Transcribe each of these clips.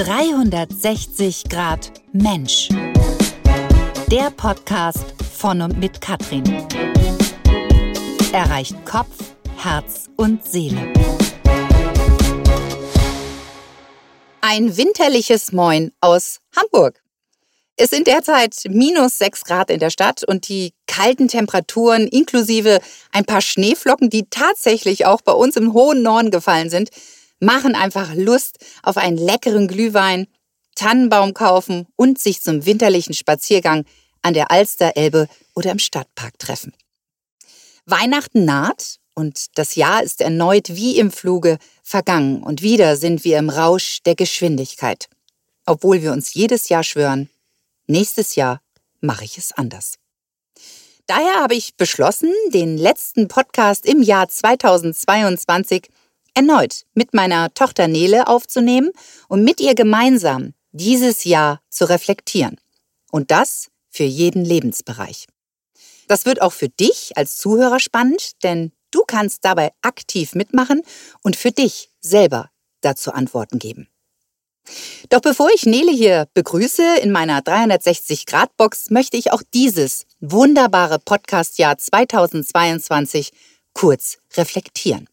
360 Grad Mensch. Der Podcast von und mit Katrin. Erreicht Kopf, Herz und Seele. Ein winterliches Moin aus Hamburg. Es sind derzeit -6 Grad in der Stadt und die kalten Temperaturen inklusive ein paar Schneeflocken, die tatsächlich auch bei uns im hohen Norden gefallen sind, machen einfach Lust auf einen leckeren Glühwein, Tannenbaum kaufen und sich zum winterlichen Spaziergang an der Alster, Elbe oder im Stadtpark treffen. Weihnachten naht und das Jahr ist erneut wie im Fluge vergangen und wieder sind wir im Rausch der Geschwindigkeit. Obwohl wir uns jedes Jahr schwören, nächstes Jahr mache ich es anders. Daher habe ich beschlossen, den letzten Podcast im Jahr 2022 erneut mit meiner Tochter Nele aufzunehmen und mit ihr gemeinsam dieses Jahr zu reflektieren. Und das für jeden Lebensbereich. Das wird auch für dich als Zuhörer spannend, denn du kannst dabei aktiv mitmachen und für dich selber dazu Antworten geben. Doch bevor ich Nele hier begrüße in meiner 360-Grad-Box, möchte ich auch dieses wunderbare Podcast-Jahr 2022 kurz reflektieren.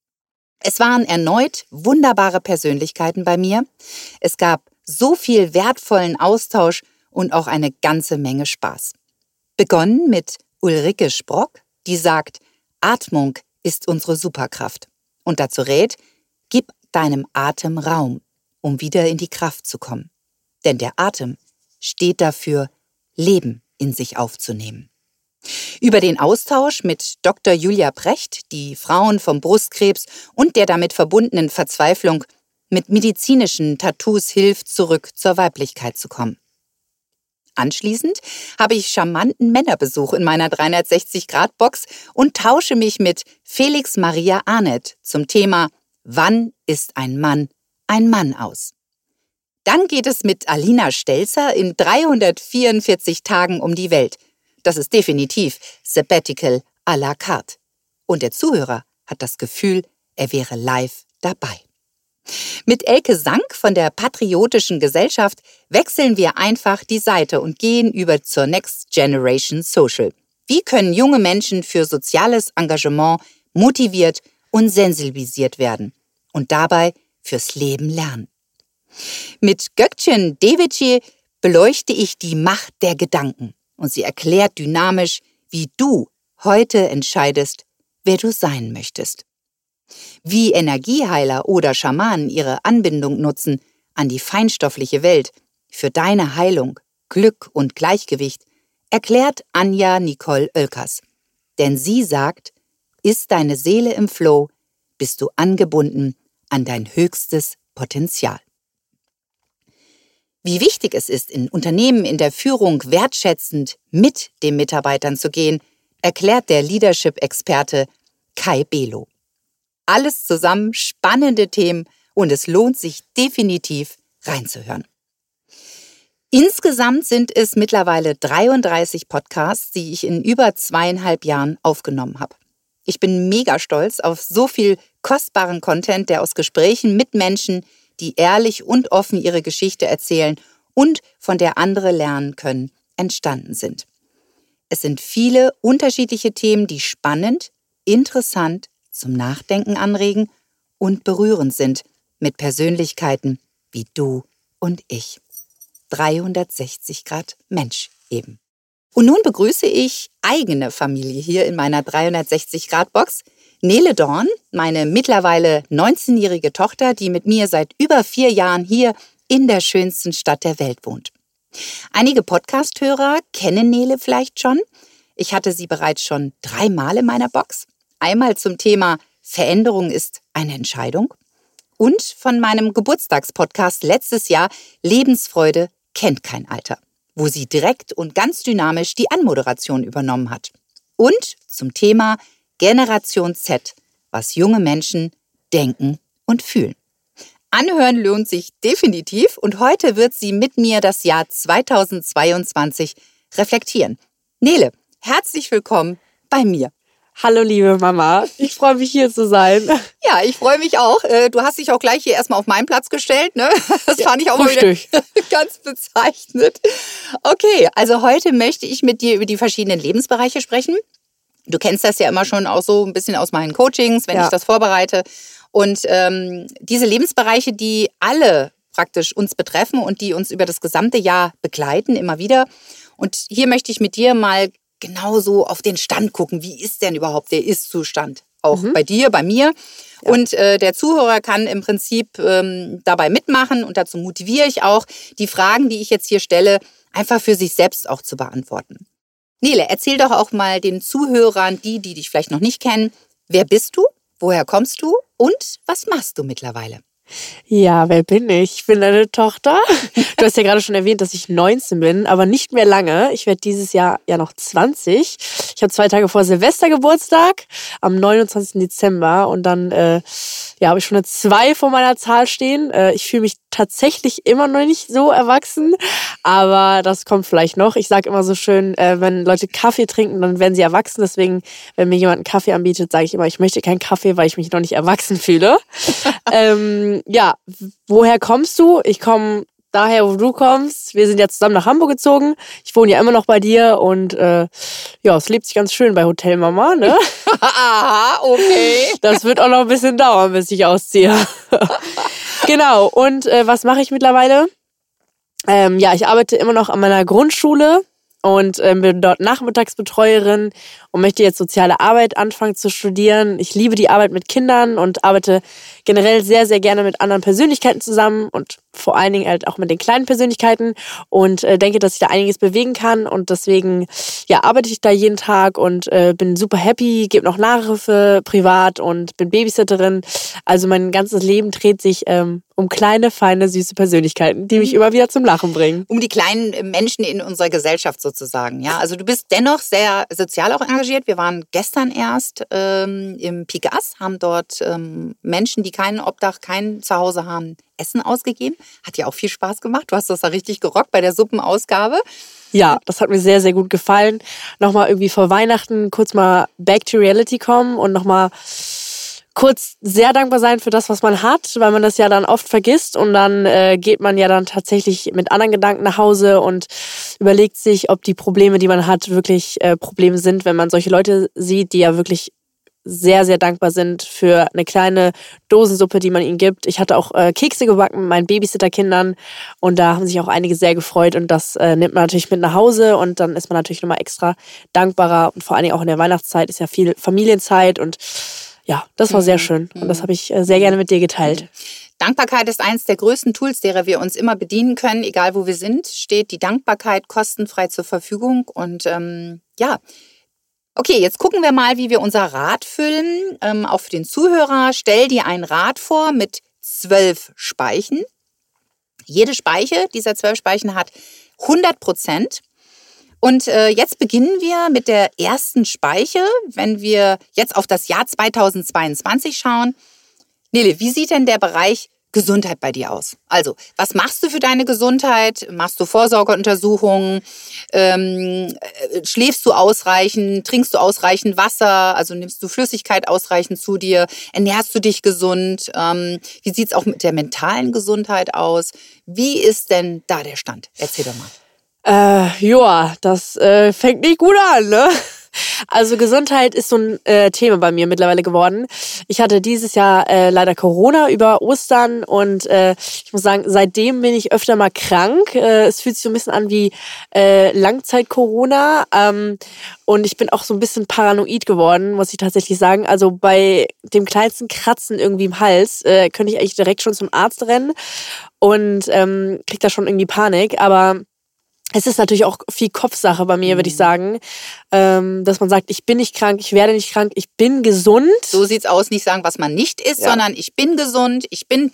Es waren erneut wunderbare Persönlichkeiten bei mir. Es gab so viel wertvollen Austausch und auch eine ganze Menge Spaß. Begonnen mit Ulrike Sprock, die sagt, Atmung ist unsere Superkraft. Und dazu rät, gib deinem Atem Raum, um wieder in die Kraft zu kommen. Denn der Atem steht dafür, Leben in sich aufzunehmen. Über den Austausch mit Dr. Julia Precht, die Frauen vom Brustkrebs und der damit verbundenen Verzweiflung mit medizinischen Tattoos hilft, zurück zur Weiblichkeit zu kommen. Anschließend habe ich charmanten Männerbesuch in meiner 360-Grad-Box und tausche mich mit Felix Maria Arnett zum Thema Wann ist ein Mann aus? Dann geht es mit Alina Stelzer in 344 Tagen um die Welt. Das ist definitiv Sabbatical à la carte. Und der Zuhörer hat das Gefühl, er wäre live dabei. Mit Elke Sank von der Patriotischen Gesellschaft wechseln wir einfach die Seite und gehen über zur Next Generation Social. Wie können junge Menschen für soziales Engagement motiviert und sensibilisiert werden und dabei fürs Leben lernen? Mit Gökçen Devici beleuchte ich die Macht der Gedanken. Und sie erklärt dynamisch, wie du heute entscheidest, wer du sein möchtest. Wie Energieheiler oder Schamanen ihre Anbindung nutzen an die feinstoffliche Welt für deine Heilung, Glück und Gleichgewicht, erklärt Anja Nicole Oelkers. Denn sie sagt, ist deine Seele im Flow, bist du angebunden an dein höchstes Potenzial. Wie wichtig es ist, in Unternehmen in der Führung wertschätzend mit den Mitarbeitern zu gehen, erklärt der Leadership-Experte Kai Belo. Alles zusammen spannende Themen und es lohnt sich definitiv reinzuhören. Insgesamt sind es mittlerweile 33 Podcasts, die ich in über 2,5 Jahren aufgenommen habe. Ich bin mega stolz auf so viel kostbaren Content, der aus Gesprächen mit Menschen, die ehrlich und offen ihre Geschichte erzählen und von der andere lernen können, entstanden sind. Es sind viele unterschiedliche Themen, die spannend, interessant, zum Nachdenken anregen und berührend sind mit Persönlichkeiten wie du und ich. 360 Grad Mensch eben. Und nun begrüße ich eigene Familie hier in meiner 360-Grad-Box. Nele Dorn, meine mittlerweile 19-jährige Tochter, die mit mir seit über 4 Jahren hier in der schönsten Stadt der Welt wohnt. Einige Podcast-Hörer kennen Nele vielleicht schon. Ich hatte sie bereits schon 3 Mal in meiner Box. Einmal zum Thema Veränderung ist eine Entscheidung und von meinem Geburtstagspodcast letztes Jahr Lebensfreude kennt kein Alter, wo sie direkt und ganz dynamisch die Anmoderation übernommen hat. Und zum Thema Generation Z, was junge Menschen denken und fühlen. Anhören lohnt sich definitiv und heute wird sie mit mir das Jahr 2022 reflektieren. Nele, herzlich willkommen bei mir. Hallo liebe Mama, ich freue mich hier zu sein. Ja, ich freue mich auch. Du hast dich auch gleich hier erstmal auf meinen Platz gestellt, ne? Das fand ich auch mal wieder ganz bezeichnet. Okay, also heute möchte ich mit dir über die verschiedenen Lebensbereiche sprechen. Du kennst das ja immer schon auch so ein bisschen aus meinen Coachings, wenn ich das vorbereite. Und diese Lebensbereiche, die alle praktisch uns betreffen und die uns über das gesamte Jahr begleiten, immer wieder. Und hier möchte ich mit dir mal genauso auf den Stand gucken. Wie ist denn überhaupt der Ist-Zustand? Auch bei dir, bei mir. Ja. Und der Zuhörer kann im Prinzip dabei mitmachen und dazu motiviere ich auch, die Fragen, die ich jetzt hier stelle, einfach für sich selbst auch zu beantworten. Nele, erzähl doch auch mal den Zuhörern, die dich vielleicht noch nicht kennen, wer bist du, woher kommst du und was machst du mittlerweile? Ja, wer bin ich? Ich bin deine Tochter. Du hast ja gerade schon erwähnt, dass ich 19 bin, aber nicht mehr lange. Ich werde dieses Jahr ja noch 20. Ich habe 2 Tage vor Silvester Geburtstag, am 29. Dezember. Und dann habe ich schon eine 2 vor meiner Zahl stehen. Ich fühle mich tatsächlich immer noch nicht so erwachsen, aber das kommt vielleicht noch. Ich sage immer so schön, wenn Leute Kaffee trinken, dann werden sie erwachsen. Deswegen, wenn mir jemand einen Kaffee anbietet, sage ich immer, ich möchte keinen Kaffee, weil ich mich noch nicht erwachsen fühle. Ja, woher kommst du? Ich komme daher, wo du kommst. Wir sind ja zusammen nach Hamburg gezogen. Ich wohne ja immer noch bei dir und es lebt sich ganz schön bei Hotel Mama, ne? Aha, okay. Das wird auch noch ein bisschen dauern, bis ich ausziehe. Genau, und was mache ich mittlerweile? Ich arbeite immer noch an meiner Grundschule und bin dort Nachmittagsbetreuerin und möchte jetzt soziale Arbeit anfangen zu studieren. Ich liebe die Arbeit mit Kindern und arbeite generell sehr, sehr gerne mit anderen Persönlichkeiten zusammen und vor allen Dingen halt auch mit den kleinen Persönlichkeiten und denke, dass ich da einiges bewegen kann und deswegen arbeite ich da jeden Tag und bin super happy, gebe noch Nachhilfe privat und bin Babysitterin. Also mein ganzes Leben dreht sich um kleine, feine, süße Persönlichkeiten, die mich immer wieder zum Lachen bringen. Um die kleinen Menschen in unserer Gesellschaft sozusagen. Ja, also du bist dennoch sehr sozial auch engagiert. Wir waren gestern erst im Pigas, haben dort Menschen, die keinen Obdach, kein Zuhause haben, Essen ausgegeben. Hat ja auch viel Spaß gemacht. Du hast das da richtig gerockt bei der Suppenausgabe. Ja, das hat mir sehr, sehr gut gefallen. Nochmal irgendwie vor Weihnachten kurz mal back to reality kommen und nochmal kurz sehr dankbar sein für das, was man hat, weil man das ja dann oft vergisst und dann geht man ja dann tatsächlich mit anderen Gedanken nach Hause und überlegt sich, ob die Probleme, die man hat, wirklich Probleme sind, wenn man solche Leute sieht, die ja wirklich sehr, sehr dankbar sind für eine kleine Dosensuppe, die man ihnen gibt. Ich hatte auch Kekse gebacken mit meinen Babysitterkindern und da haben sich auch einige sehr gefreut und das nimmt man natürlich mit nach Hause und dann ist man natürlich nochmal extra dankbarer und vor allen Dingen auch in der Weihnachtszeit ist ja viel Familienzeit und ja, das war sehr schön und das habe ich sehr gerne mit dir geteilt. Dankbarkeit ist eines der größten Tools, derer wir uns immer bedienen können, egal wo wir sind, steht die Dankbarkeit kostenfrei zur Verfügung und Okay, jetzt gucken wir mal, wie wir unser Rad füllen. Auch für den Zuhörer, stell dir ein Rad vor mit 12 Speichen. Jede Speiche dieser 12 Speichen hat 100%. Und jetzt beginnen wir mit der ersten Speiche, wenn wir jetzt auf das Jahr 2022 schauen. Nele, wie sieht denn der Bereich Gesundheit bei dir aus? Also, was machst du für deine Gesundheit? Machst du Vorsorgeuntersuchungen? Schläfst du ausreichend? Trinkst du ausreichend Wasser? Also nimmst du Flüssigkeit ausreichend zu dir? Ernährst du dich gesund? Wie sieht es auch mit der mentalen Gesundheit aus? Wie ist denn da der Stand? Erzähl doch mal. Das fängt nicht gut an, ne? Also Gesundheit ist so ein Thema bei mir mittlerweile geworden. Ich hatte dieses Jahr leider Corona über Ostern und ich muss sagen, seitdem bin ich öfter mal krank. Es fühlt sich so ein bisschen an wie Langzeit-Corona und ich bin auch so ein bisschen paranoid geworden, muss ich tatsächlich sagen. Also bei dem kleinsten Kratzen irgendwie im Hals könnte ich eigentlich direkt schon zum Arzt rennen und krieg da schon irgendwie Panik, aber es ist natürlich auch viel Kopfsache bei mir, würde ich sagen, dass man sagt, ich bin nicht krank, ich werde nicht krank, ich bin gesund. So sieht's aus, nicht sagen, was man nicht ist, sondern ich bin gesund, ich bin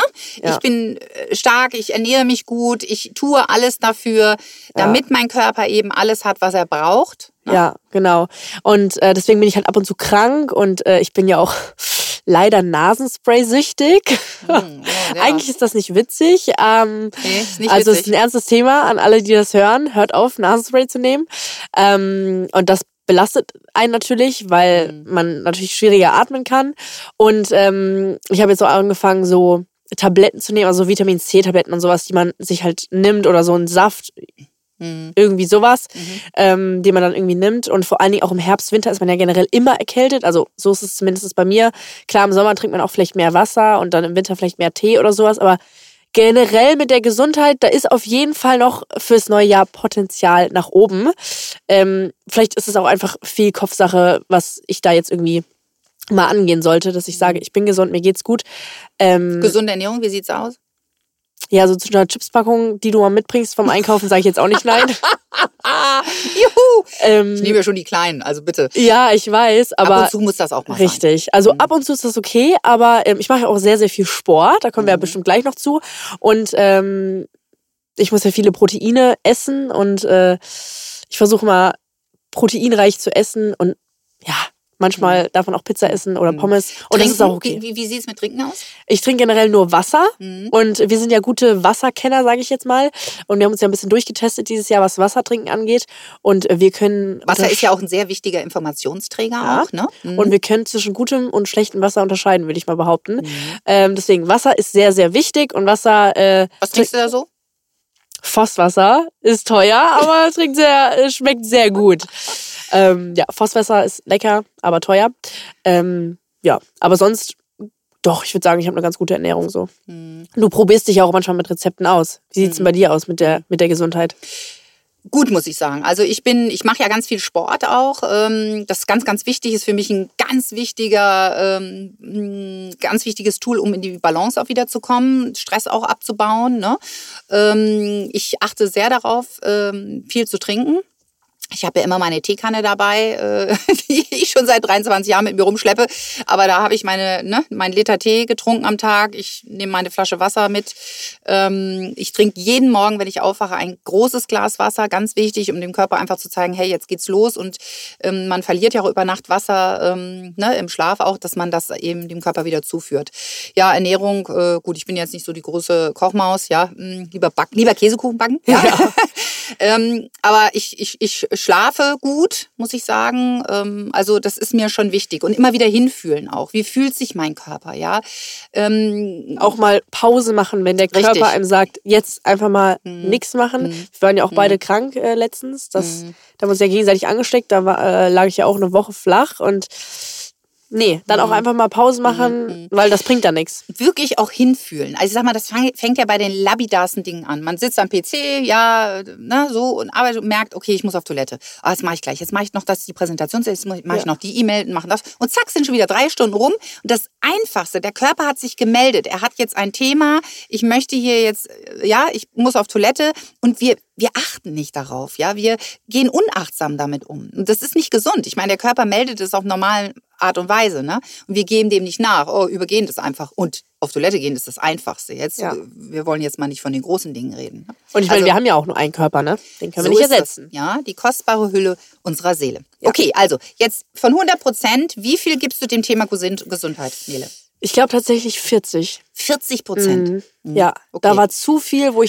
stark, ich ernähre mich gut, ich tue alles dafür, damit mein Körper eben alles hat, was er braucht. Ne? Ja, genau. Und deswegen bin ich halt ab und zu krank und ich bin ja auch leider Nasenspray-süchtig. Eigentlich ist das nicht witzig. Nee, ist nicht also witzig. es ist ein ernstes Thema an alle, die das hören. Hört auf, Nasenspray zu nehmen. Und das belastet einen natürlich, weil man natürlich schwieriger atmen kann. Und ich habe jetzt auch angefangen, so Tabletten zu nehmen, also Vitamin-C-Tabletten und sowas, die man sich halt nimmt oder so einen Saft, irgendwie sowas, den man dann irgendwie nimmt. Und vor allen Dingen auch im Herbst, Winter ist man ja generell immer erkältet. Also so ist es zumindest bei mir. Klar, im Sommer trinkt man auch vielleicht mehr Wasser und dann im Winter vielleicht mehr Tee oder sowas. Aber generell mit der Gesundheit, da ist auf jeden Fall noch fürs neue Jahr Potenzial nach oben. Vielleicht ist es auch einfach viel Kopfsache, was ich da jetzt irgendwie mal angehen sollte, dass ich sage, ich bin gesund, mir geht's gut. Gesunde Ernährung, wie sieht's aus? Ja, so zu einer Chipspackung, die du mal mitbringst vom Einkaufen, sage ich jetzt auch nicht nein. Juhu! Ich nehme ja schon die Kleinen, also bitte. Ja, ich weiß, aber ab und zu muss das auch mal sein. Richtig, also ab und zu ist das okay, aber ich mache ja auch sehr, sehr viel Sport, da kommen wir ja bestimmt gleich noch zu. Und ich muss ja viele Proteine essen und ich versuche mal proteinreich zu essen und ja, manchmal darf man auch Pizza essen oder Pommes. Und das ist auch okay. Wie sieht es mit Trinken aus? Ich trinke generell nur Wasser. Und wir sind ja gute Wasserkenner, sage ich jetzt mal. Und wir haben uns ja ein bisschen durchgetestet dieses Jahr, was Wassertrinken angeht. Und wir können... Wasser ist ja auch ein sehr wichtiger Informationsträger auch, ne? Und wir können zwischen gutem und schlechtem Wasser unterscheiden, würde ich mal behaupten. Deswegen, Wasser ist sehr, sehr wichtig. Und Wasser... was trinkst du da so? Vosswasser ist teuer, aber schmeckt sehr gut. Ja, Vosswasser ist lecker, aber teuer. Ja, aber sonst, doch, ich würde sagen, ich habe eine ganz gute Ernährung so. Du probierst dich ja auch manchmal mit Rezepten aus. Wie sieht es denn bei dir aus mit der Gesundheit? Gut, muss ich sagen. Also ich mache ja ganz viel Sport auch. Das ist ganz, ganz wichtig, ist für mich ein ganz wichtiges Tool, um in die Balance auch wieder zu kommen, Stress auch abzubauen. Ne? Ich achte sehr darauf, viel zu trinken. Ich habe ja immer meine Teekanne dabei, die ich schon seit 23 Jahren mit mir rumschleppe. Aber da habe ich meinen Liter Tee getrunken am Tag. Ich nehme meine Flasche Wasser mit. Ich trinke jeden Morgen, wenn ich aufwache, ein großes Glas Wasser. Ganz wichtig, um dem Körper einfach zu zeigen, hey, jetzt geht's los. Und man verliert ja auch über Nacht Wasser im Schlaf auch, dass man das eben dem Körper wieder zuführt. Ja, Ernährung, gut, ich bin jetzt nicht so die große Kochmaus. Ja, lieber Käsekuchen backen. Ja. Aber ich schlafe gut, muss ich sagen. Also das ist mir schon wichtig. Und immer wieder hinfühlen auch. Wie fühlt sich mein Körper, ja? Auch mal Pause machen, wenn der Körper einem sagt, jetzt einfach mal nichts machen. Wir waren ja auch beide krank letztens. Da haben wir uns ja gegenseitig angesteckt. Da lag ich ja auch eine Woche flach und dann auch einfach mal Pause machen, weil das bringt da nichts. Wirklich auch hinfühlen. Also ich sag mal, das fängt ja bei den labidarsten Dingen an. Man sitzt am PC, ja, so und arbeitet und merkt, okay, ich muss auf Toilette. Das mache ich gleich. Jetzt mache ich noch die Präsentation, jetzt mache ich noch die E-Mail und mache das. Und zack, sind schon wieder 3 Stunden rum. Und das Einfachste, der Körper hat sich gemeldet. Er hat jetzt ein Thema. Ich möchte hier jetzt, ich muss auf Toilette. Und wir achten nicht darauf, ja. Wir gehen unachtsam damit um. Und das ist nicht gesund. Ich meine, der Körper meldet es auf normalen Art und Weise, ne? Und wir geben dem nicht nach. Übergehen das einfach. Und auf Toilette gehen ist das Einfachste. Wir wollen jetzt mal nicht von den großen Dingen reden. Ne? Und ich meine, wir haben ja auch nur einen Körper, ne? Den können wir nicht ersetzen. Das, ja, die kostbare Hülle unserer Seele. Ja. Okay, also jetzt von 100%, wie viel gibst du dem Thema Gesundheit, Nele? Ich glaube tatsächlich 40. 40%? Ja, okay. Da war zu viel, wo ich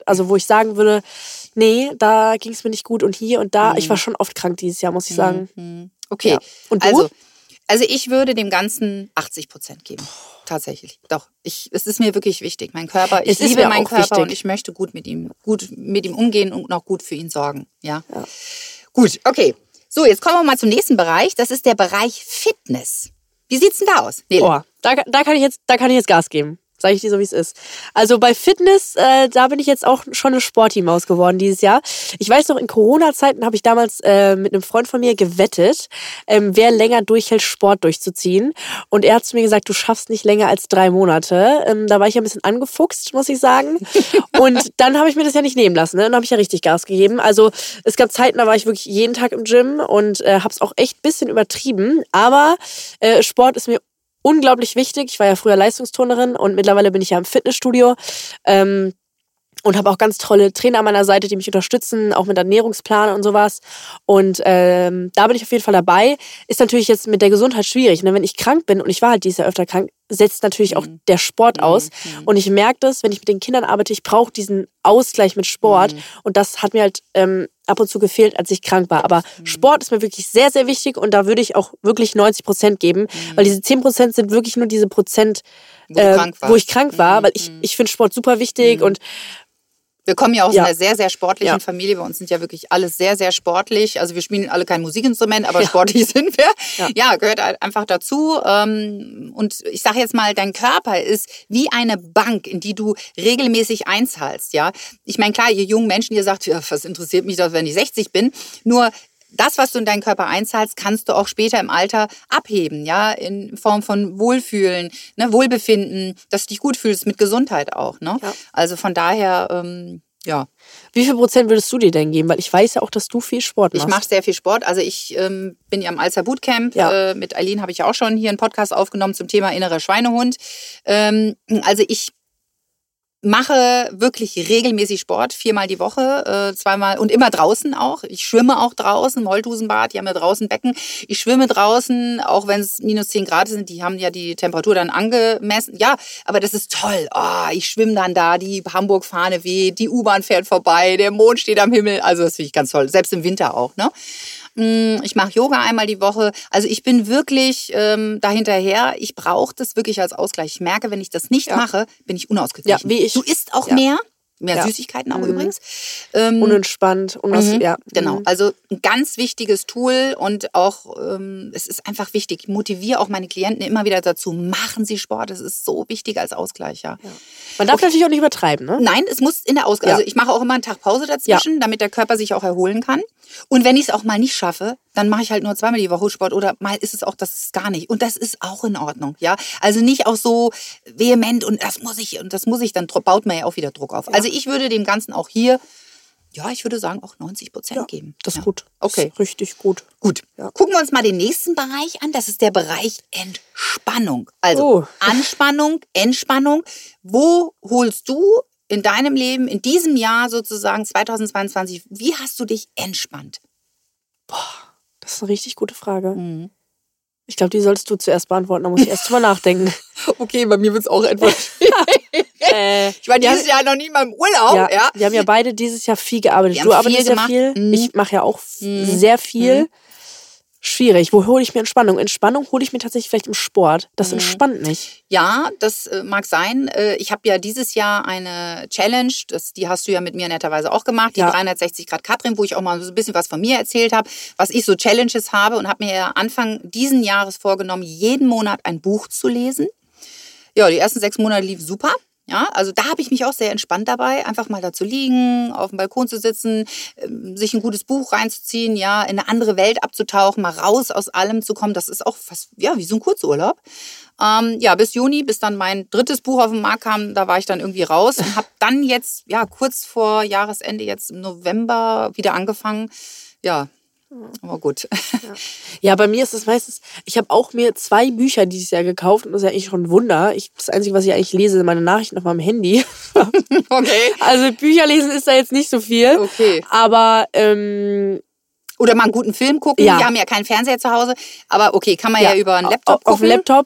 sagen würde, nee, da ging es mir nicht gut und hier und da. Ich war schon oft krank dieses Jahr, muss ich sagen. Okay, ja. Und du? Also ich würde dem Ganzen 80% geben. Tatsächlich, doch. Es ist mir wirklich wichtig. Mein Körper, ich liebe meinen Körper wichtig. Und ich möchte gut mit ihm umgehen und noch gut für ihn sorgen. Ja. Gut, okay. So, jetzt kommen wir mal zum nächsten Bereich. Das ist der Bereich Fitness. Wie sieht's denn da aus, Nele? Oh, da kann ich jetzt Gas geben. Sage ich dir so, wie es ist. Also bei Fitness, da bin ich jetzt auch schon eine Sporty-Maus geworden dieses Jahr. Ich weiß noch, in Corona-Zeiten habe ich damals mit einem Freund von mir gewettet, wer länger durchhält, Sport durchzuziehen. Und er hat zu mir gesagt, du schaffst nicht länger als 3 Monate. Da war ich ja ein bisschen angefuchst, muss ich sagen. Und dann habe ich mir das ja nicht nehmen lassen. Ne? Dann habe ich ja richtig Gas gegeben. Also es gab Zeiten, da war ich wirklich jeden Tag im Gym und habe es auch echt ein bisschen übertrieben. Aber Sport ist mir unglaublich wichtig. Ich war ja früher Leistungsturnerin und mittlerweile bin ich ja im Fitnessstudio und habe auch ganz tolle Trainer an meiner Seite, die mich unterstützen, auch mit Ernährungsplan und sowas. Und da bin ich auf jeden Fall dabei. Ist natürlich jetzt mit der Gesundheit schwierig. Ne? Wenn ich krank bin, und ich war halt dieses Jahr öfter krank, setzt natürlich auch der Sport aus. Und ich merke das, wenn ich mit den Kindern arbeite, ich brauche diesen Ausgleich mit Sport. Und das hat mir halt ab und zu gefehlt, als ich krank war. Aber Sport ist mir wirklich sehr, sehr wichtig und da würde ich auch wirklich 90% geben, weil diese 10% sind wirklich nur diese Prozent, wo ich krank war, weil ich finde Sport super wichtig und wir kommen ja auch aus einer sehr, sehr sportlichen Familie. Bei uns sind ja wirklich alle sehr, sehr sportlich. Also wir spielen alle kein Musikinstrument, aber sportlich sind wir. Ja, gehört einfach dazu. Und ich sage jetzt mal, dein Körper ist wie eine Bank, in die du regelmäßig einzahlst. Ja, ich meine, klar, ihr jungen Menschen, ihr sagt, ja, was interessiert mich das, wenn ich 60 bin? Nur das, was du in deinen Körper einzahlst, kannst du auch später im Alter abheben, ja, in Form von Wohlfühlen, ne, Wohlbefinden, dass du dich gut fühlst, mit Gesundheit auch, ne? Ja. Also von daher, ja. Wie viel Prozent würdest du dir denn geben? Weil ich weiß ja auch, dass du viel Sport machst. Ich mache sehr viel Sport. Also ich bin ja im Alster Bootcamp. Ja. Mit Eileen habe ich ja auch schon hier einen Podcast aufgenommen zum Thema innerer Schweinehund. Also ich mache wirklich regelmäßig Sport, 4-mal die Woche, 2-mal und immer draußen auch. Ich schwimme auch draußen, Moltusenbad, die haben ja draußen Becken. Ich schwimme draußen, auch wenn es minus 10 Grad sind, die haben ja die Temperatur dann angemessen. Ja, aber das ist toll. Oh, ich schwimme dann da, die Hamburg-Fahne weht, die U-Bahn fährt vorbei, der Mond steht am Himmel. Also das finde ich ganz toll, selbst im Winter auch, ne? Ich mache Yoga einmal die Woche. Also ich bin wirklich dahinterher. Ich brauche das wirklich als Ausgleich. Ich merke, wenn ich das nicht mache, bin ich unausgeglichen. Ja, wie ich. Du isst auch mehr Süßigkeiten auch übrigens. Unentspannt. Genau, also ein ganz wichtiges Tool und auch, es ist einfach wichtig. Ich motiviere auch meine Klienten immer wieder dazu, machen Sie Sport. Das ist so wichtig als Ausgleich, ja. Man darf natürlich auch nicht übertreiben, ne? Nein, es muss in der Ausgleich. Also ich mache auch immer einen Tag Pause dazwischen, damit der Körper sich auch erholen kann. Und wenn ich es auch mal nicht schaffe, dann mache ich halt nur 2-mal die Woche Sport oder mal ist es auch, das ist gar nicht. Und das ist auch in Ordnung, ja. Also nicht auch so vehement und das muss ich, dann baut man ja auch wieder Druck auf. Ja. Also ich würde dem Ganzen auch hier, ja, ich würde sagen, auch 90% geben. Das ist gut. Okay. Das ist richtig gut. Gut. Ja. Gucken wir uns mal den nächsten Bereich an. Das ist der Bereich Entspannung. Also Anspannung, Entspannung. Wo holst du in deinem Leben, in diesem Jahr sozusagen 2022, wie hast du dich entspannt? Boah, das ist eine richtig gute Frage. Ich glaube, die solltest du zuerst beantworten, da muss ich erst drüber nachdenken. Okay, bei mir wird es auch etwas ich war dieses Jahr noch nie mal im Urlaub. Ja. Wir haben ja beide dieses Jahr viel gearbeitet. Du arbeitest ja viel, ich mache ja auch sehr viel. Schwierig. Wo hole ich mir Entspannung? Entspannung hole ich mir tatsächlich vielleicht im Sport. Das entspannt mich. Ja, das mag sein. Ich habe ja dieses Jahr eine Challenge, die hast du ja mit mir netterweise auch gemacht, die 360 Grad Katrin, wo ich auch mal so ein bisschen was von mir erzählt habe, was ich so Challenges habe und habe mir ja Anfang diesen Jahres vorgenommen, jeden Monat ein Buch zu lesen. Ja, die ersten 6 Monate liefen super. Ja, also da habe ich mich auch sehr entspannt dabei, einfach mal da zu liegen, auf dem Balkon zu sitzen, sich ein gutes Buch reinzuziehen, ja, in eine andere Welt abzutauchen, mal raus aus allem zu kommen. Das ist auch fast, ja, wie so ein Kurzurlaub. Bis Juni, bis dann mein 3. Buch auf den Markt kam, da war ich dann irgendwie raus und habe dann jetzt, kurz vor Jahresende, jetzt im November wieder angefangen, aber gut. Ja, bei mir ist es meistens, ich habe auch mir 2 Bücher dieses Jahr gekauft und das ist ja eigentlich schon ein Wunder. Das Einzige, was ich eigentlich lese, sind meine Nachrichten auf meinem Handy. Okay. Also Bücher lesen ist da jetzt nicht so viel. Okay. Aber oder mal einen guten Film gucken. Wir haben ja keinen Fernseher zu Hause. Aber okay, kann man ja über einen Laptop gucken. Auf dem Laptop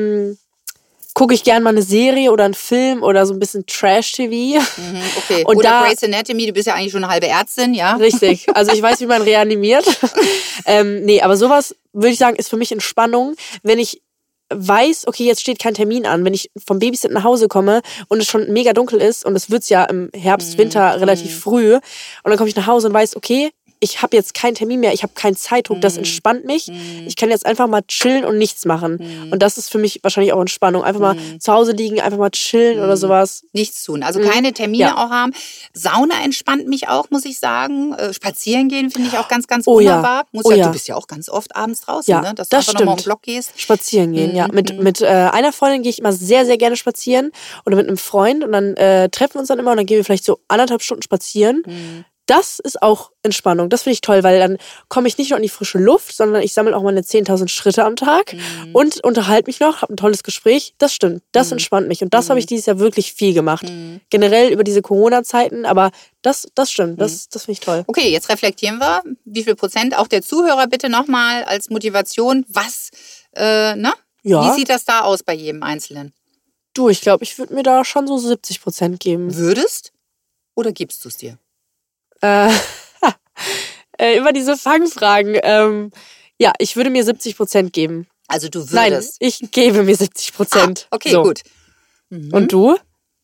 gucke ich gerne mal eine Serie oder einen Film oder so ein bisschen Trash-TV. Okay. Und oder Grey's Anatomy, du bist ja eigentlich schon eine halbe Ärztin, ja? Richtig. Also ich weiß, wie man reanimiert. Aber sowas, würde ich sagen, ist für mich Entspannung, wenn ich weiß, okay, jetzt steht kein Termin an. Wenn ich vom Babysitten nach Hause komme und es schon mega dunkel ist und es wird's ja im Herbst, Winter relativ früh und dann komme ich nach Hause und weiß, okay, ich habe jetzt keinen Termin mehr, ich habe keinen Zeitdruck, das entspannt mich. Ich kann jetzt einfach mal chillen und nichts machen. Und das ist für mich wahrscheinlich auch Entspannung. Einfach mal zu Hause liegen, einfach mal chillen oder sowas. Nichts tun, also keine Termine auch haben. Sauna entspannt mich auch, muss ich sagen. Spazieren gehen finde ich auch ganz, ganz wunderbar. Du bist ja auch ganz oft abends draußen, ne? Dass du einfach nochmal auf den Block gehst. Spazieren gehen, ja. Mit einer Freundin gehe ich immer sehr, sehr gerne spazieren oder mit einem Freund und dann treffen wir uns dann immer und dann gehen wir vielleicht so 1,5 Stunden spazieren. Das ist auch Entspannung. Das finde ich toll, weil dann komme ich nicht nur in die frische Luft, sondern ich sammle auch meine 10.000 Schritte am Tag und unterhalte mich noch, habe ein tolles Gespräch. Das stimmt, das entspannt mich. Und das habe ich dieses Jahr wirklich viel gemacht. Generell über diese Corona-Zeiten, aber das stimmt, das finde ich toll. Okay, jetzt reflektieren wir. Wie viel Prozent? Auch der Zuhörer bitte nochmal als Motivation, was Ja. Wie sieht das da aus bei jedem Einzelnen? Du, ich glaube, ich würde mir da schon so 70% geben. Würdest oder gibst du es dir? Immer diese Fangfragen. Ja, ich würde mir 70% geben. Also du würdest? Nein, ich gebe mir 70%. Okay, so. gut. Und du?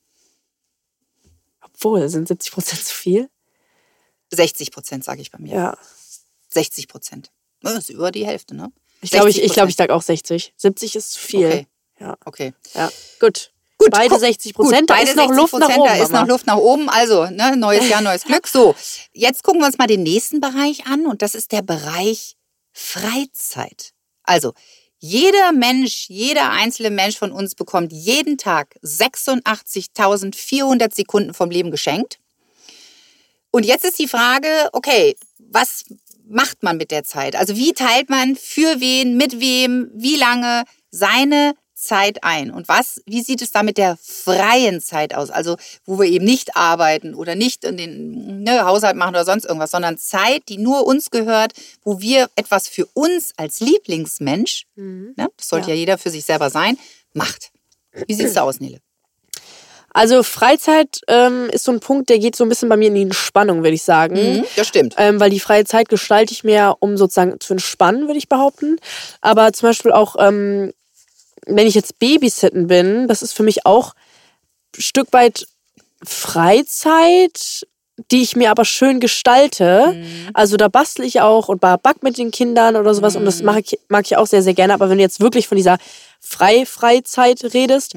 Obwohl, sind 70% zu viel? 60% sage ich bei mir. Ja. 60%. Das ist über die Hälfte, ne? Ich glaube, ich sage auch 60. 70 ist zu viel. Okay. Ja. Okay. Ja. Gut. Gut, beide 60%, gut, da beide ist noch Luft nach oben. Da ist noch Luft nach oben, also ne, neues Jahr, neues Glück. So, jetzt gucken wir uns mal den nächsten Bereich an und das ist der Bereich Freizeit. Also, jeder einzelne Mensch von uns bekommt jeden Tag 86.400 Sekunden vom Leben geschenkt. Und jetzt ist die Frage, okay, was macht man mit der Zeit? Also wie teilt man für wen, mit wem, wie lange seine Zeit ein? Und wie sieht es da mit der freien Zeit aus? Also wo wir eben nicht arbeiten oder nicht in den Haushalt machen oder sonst irgendwas, sondern Zeit, die nur uns gehört, wo wir etwas für uns als Lieblingsmensch, das sollte ja jeder für sich selber sein, macht. Wie sieht es da aus, Nele? Also Freizeit ist so ein Punkt, der geht so ein bisschen bei mir in die Entspannung, würde ich sagen. Das stimmt. Weil die freie Zeit gestalte ich mir, um sozusagen zu entspannen, würde ich behaupten. Aber zum Beispiel auch, wenn ich jetzt Babysitten bin, das ist für mich auch ein Stück weit Freizeit, die ich mir aber schön gestalte. Also da bastle ich auch und back mit den Kindern oder sowas und das mag ich auch sehr, sehr gerne. Aber wenn du jetzt wirklich von dieser Freizeit redest,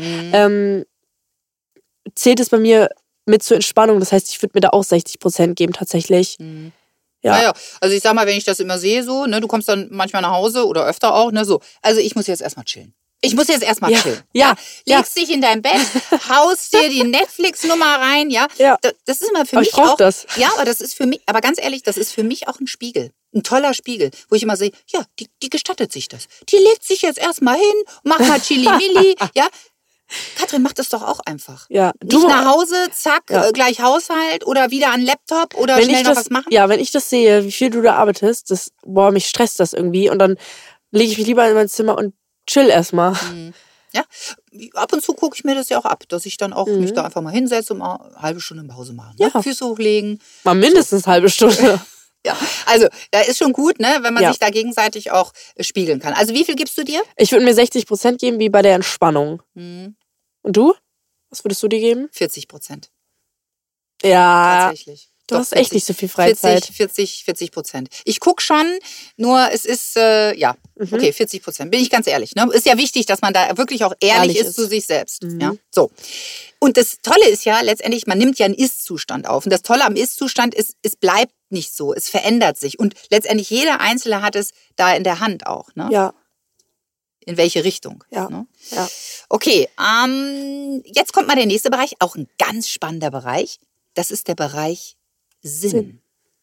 zählt es bei mir mit zur Entspannung. Das heißt, ich würde mir da auch 60% geben tatsächlich. Ja. Naja, also ich sag mal, wenn ich das immer sehe so, ne, du kommst dann manchmal nach Hause oder öfter auch, ne, so. Also ich muss jetzt erstmal chillen. Chillen. Ja. Legst dich in dein Bett, haust dir die Netflix-Nummer rein, ja. Das ist immer für aber mich ich brauch auch. Das. Ja, aber das ist für mich, aber ganz ehrlich, das ist für mich auch ein Spiegel. Ein toller Spiegel, wo ich immer sehe, ja, die gestattet sich das. Die legt sich jetzt erstmal hin, macht mal Chili-Milli, ja. Katrin macht das doch auch einfach. Ja, nicht nach Hause, zack, gleich Haushalt oder wieder an Laptop oder wenn schnell noch was machen. Ja, wenn ich das sehe, wie viel du da arbeitest, mich stresst das irgendwie und dann lege ich mich lieber in mein Zimmer und chill erstmal. Ja, ab und zu gucke ich mir das ja auch ab, dass ich dann auch mich da einfach mal hinsetze und mal eine halbe Stunde Pause machen. Ne? Ja. Füße hochlegen. Mal mindestens eine halbe Stunde. Ja, also da ist schon gut, ne, wenn man sich da gegenseitig auch spiegeln kann. Also wie viel gibst du dir? Ich würde mir 60% geben, wie bei der Entspannung. Und du? Was würdest du dir geben? 40%. Ja, tatsächlich. Du hast echt nicht so viel Freizeit. 40%. Ich gucke schon, nur es ist, okay, 40%. Bin ich ganz ehrlich. Ne? Ist ja wichtig, dass man da wirklich auch ehrlich ist zu sich selbst. Ja? So. Und das Tolle ist ja letztendlich, man nimmt ja einen Ist-Zustand auf. Und das Tolle am Ist-Zustand ist, es bleibt nicht so. Es verändert sich. Und letztendlich jeder Einzelne hat es da in der Hand auch. Ne? Ja. In welche Richtung. Ja. Ne? Ja. Okay, jetzt kommt mal der nächste Bereich. Auch ein ganz spannender Bereich. Das ist der Bereich Sinn.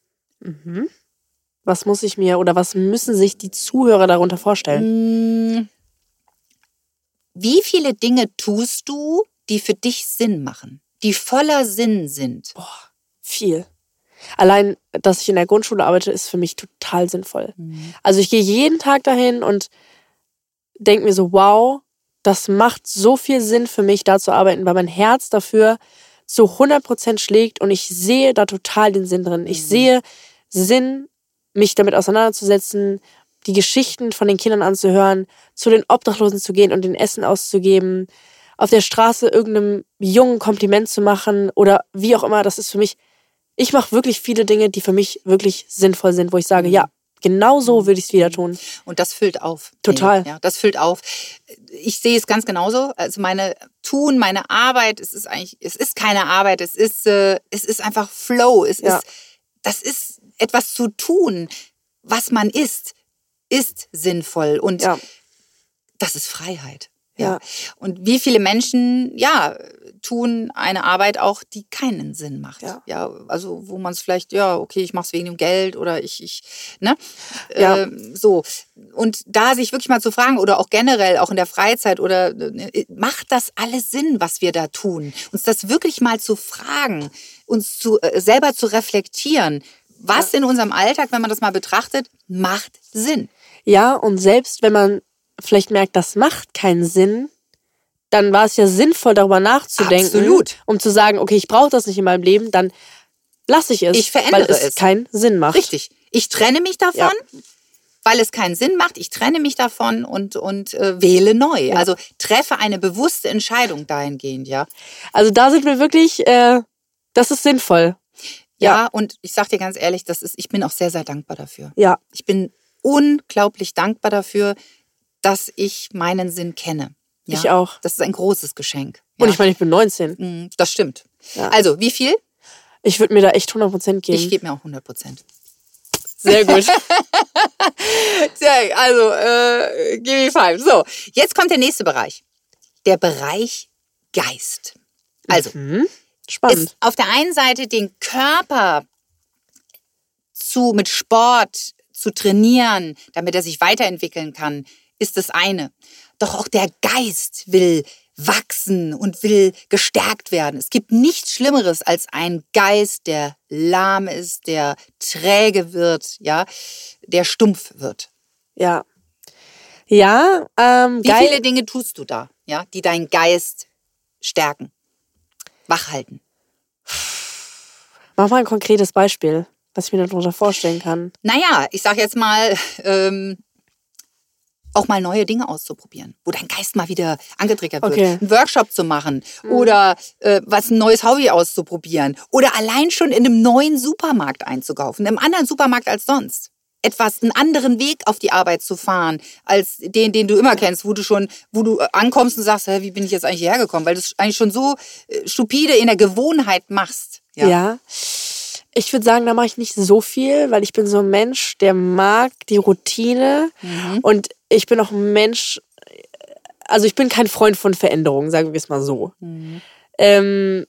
Was muss ich mir oder was müssen sich die Zuhörer darunter vorstellen? Wie viele Dinge tust du, die für dich Sinn machen, die voller Sinn sind? Boah, viel. Allein, dass ich in der Grundschule arbeite, ist für mich total sinnvoll. Also ich gehe jeden Tag dahin und denke mir so, wow, das macht so viel Sinn für mich, da zu arbeiten, weil mein Herz dafür zu 100% schlägt und ich sehe da total den Sinn drin. Ich sehe Sinn, mich damit auseinanderzusetzen, die Geschichten von den Kindern anzuhören, zu den Obdachlosen zu gehen und den Essen auszugeben, auf der Straße irgendeinem Jungen Kompliment zu machen oder wie auch immer. Das ist für mich, ich mache wirklich viele Dinge, die für mich wirklich sinnvoll sind, wo ich sage, ja, genau so würde ich es wieder tun. Und das füllt auf. Total. Ja, das füllt auf. Ich sehe es ganz genauso. Also meine Arbeit, es ist keine Arbeit, es ist einfach Flow. Das ist etwas zu tun, was man ist sinnvoll. Und das ist Freiheit. Ja. Und wie viele Menschen, tun eine Arbeit auch, die keinen Sinn macht. Ja, also wo man es vielleicht, ich mache es wegen dem Geld oder so. Und da sich wirklich mal zu fragen oder auch generell, auch in der Freizeit oder macht das alles Sinn, was wir da tun? Uns das wirklich mal zu fragen, uns selber zu reflektieren. Was in unserem Alltag, wenn man das mal betrachtet, macht Sinn? Ja, und selbst wenn man vielleicht merkt, das macht keinen Sinn, dann war es ja sinnvoll, darüber nachzudenken. Absolut. Um zu sagen, okay, ich brauche das nicht in meinem Leben, dann lasse ich es. Ich verändere weil es keinen Sinn macht. Richtig. Ich trenne mich davon, weil es keinen Sinn macht. Ich trenne mich davon und wähle neu. Ja. Also treffe eine bewusste Entscheidung dahingehend, ja. Also da sind wir wirklich, das ist sinnvoll. Ja, und ich sag dir ganz ehrlich, ich bin auch sehr, sehr dankbar dafür. Ja. Ich bin unglaublich dankbar dafür, dass ich meinen Sinn kenne. Ja? Ich auch. Das ist ein großes Geschenk. Und Ja? ich meine, ich bin 19. Das stimmt. Ja. Also, wie viel? Ich würde mir da echt 100% geben. Ich gebe mir auch 100%. Sehr gut. Also, give me 5. So, jetzt kommt der nächste Bereich. Der Bereich Geist. Also, Spannend. ist auf der einen Seite den Körper mit Sport zu trainieren, damit er sich weiterentwickeln kann, ist das eine. Doch auch der Geist will wachsen und will gestärkt werden. Es gibt nichts Schlimmeres als ein Geist, der lahm ist, der träge wird, ja, der stumpf wird. Ja. Ja, Wie viele Dinge tust du da, ja, die deinen Geist stärken, wachhalten? Mach mal ein konkretes Beispiel, was ich mir darunter vorstellen kann. Naja, ich sag jetzt mal, auch mal neue Dinge auszuprobieren, wo dein Geist mal wieder angetriggert wird. Okay. Einen Workshop zu machen oder ein neues Hobby auszuprobieren oder allein schon in einem neuen Supermarkt einzukaufen, in einem anderen Supermarkt als sonst. Einen anderen Weg auf die Arbeit zu fahren, als den du immer kennst, wo du ankommst und sagst, wie bin ich jetzt eigentlich hierher gekommen? Weil du es eigentlich schon so stupide in der Gewohnheit machst. Ja. Ich würde sagen, da mache ich nicht so viel, weil ich bin so ein Mensch, der mag die Routine. Und ich bin auch ein Mensch, also ich bin kein Freund von Veränderungen, sagen wir es mal so. Kann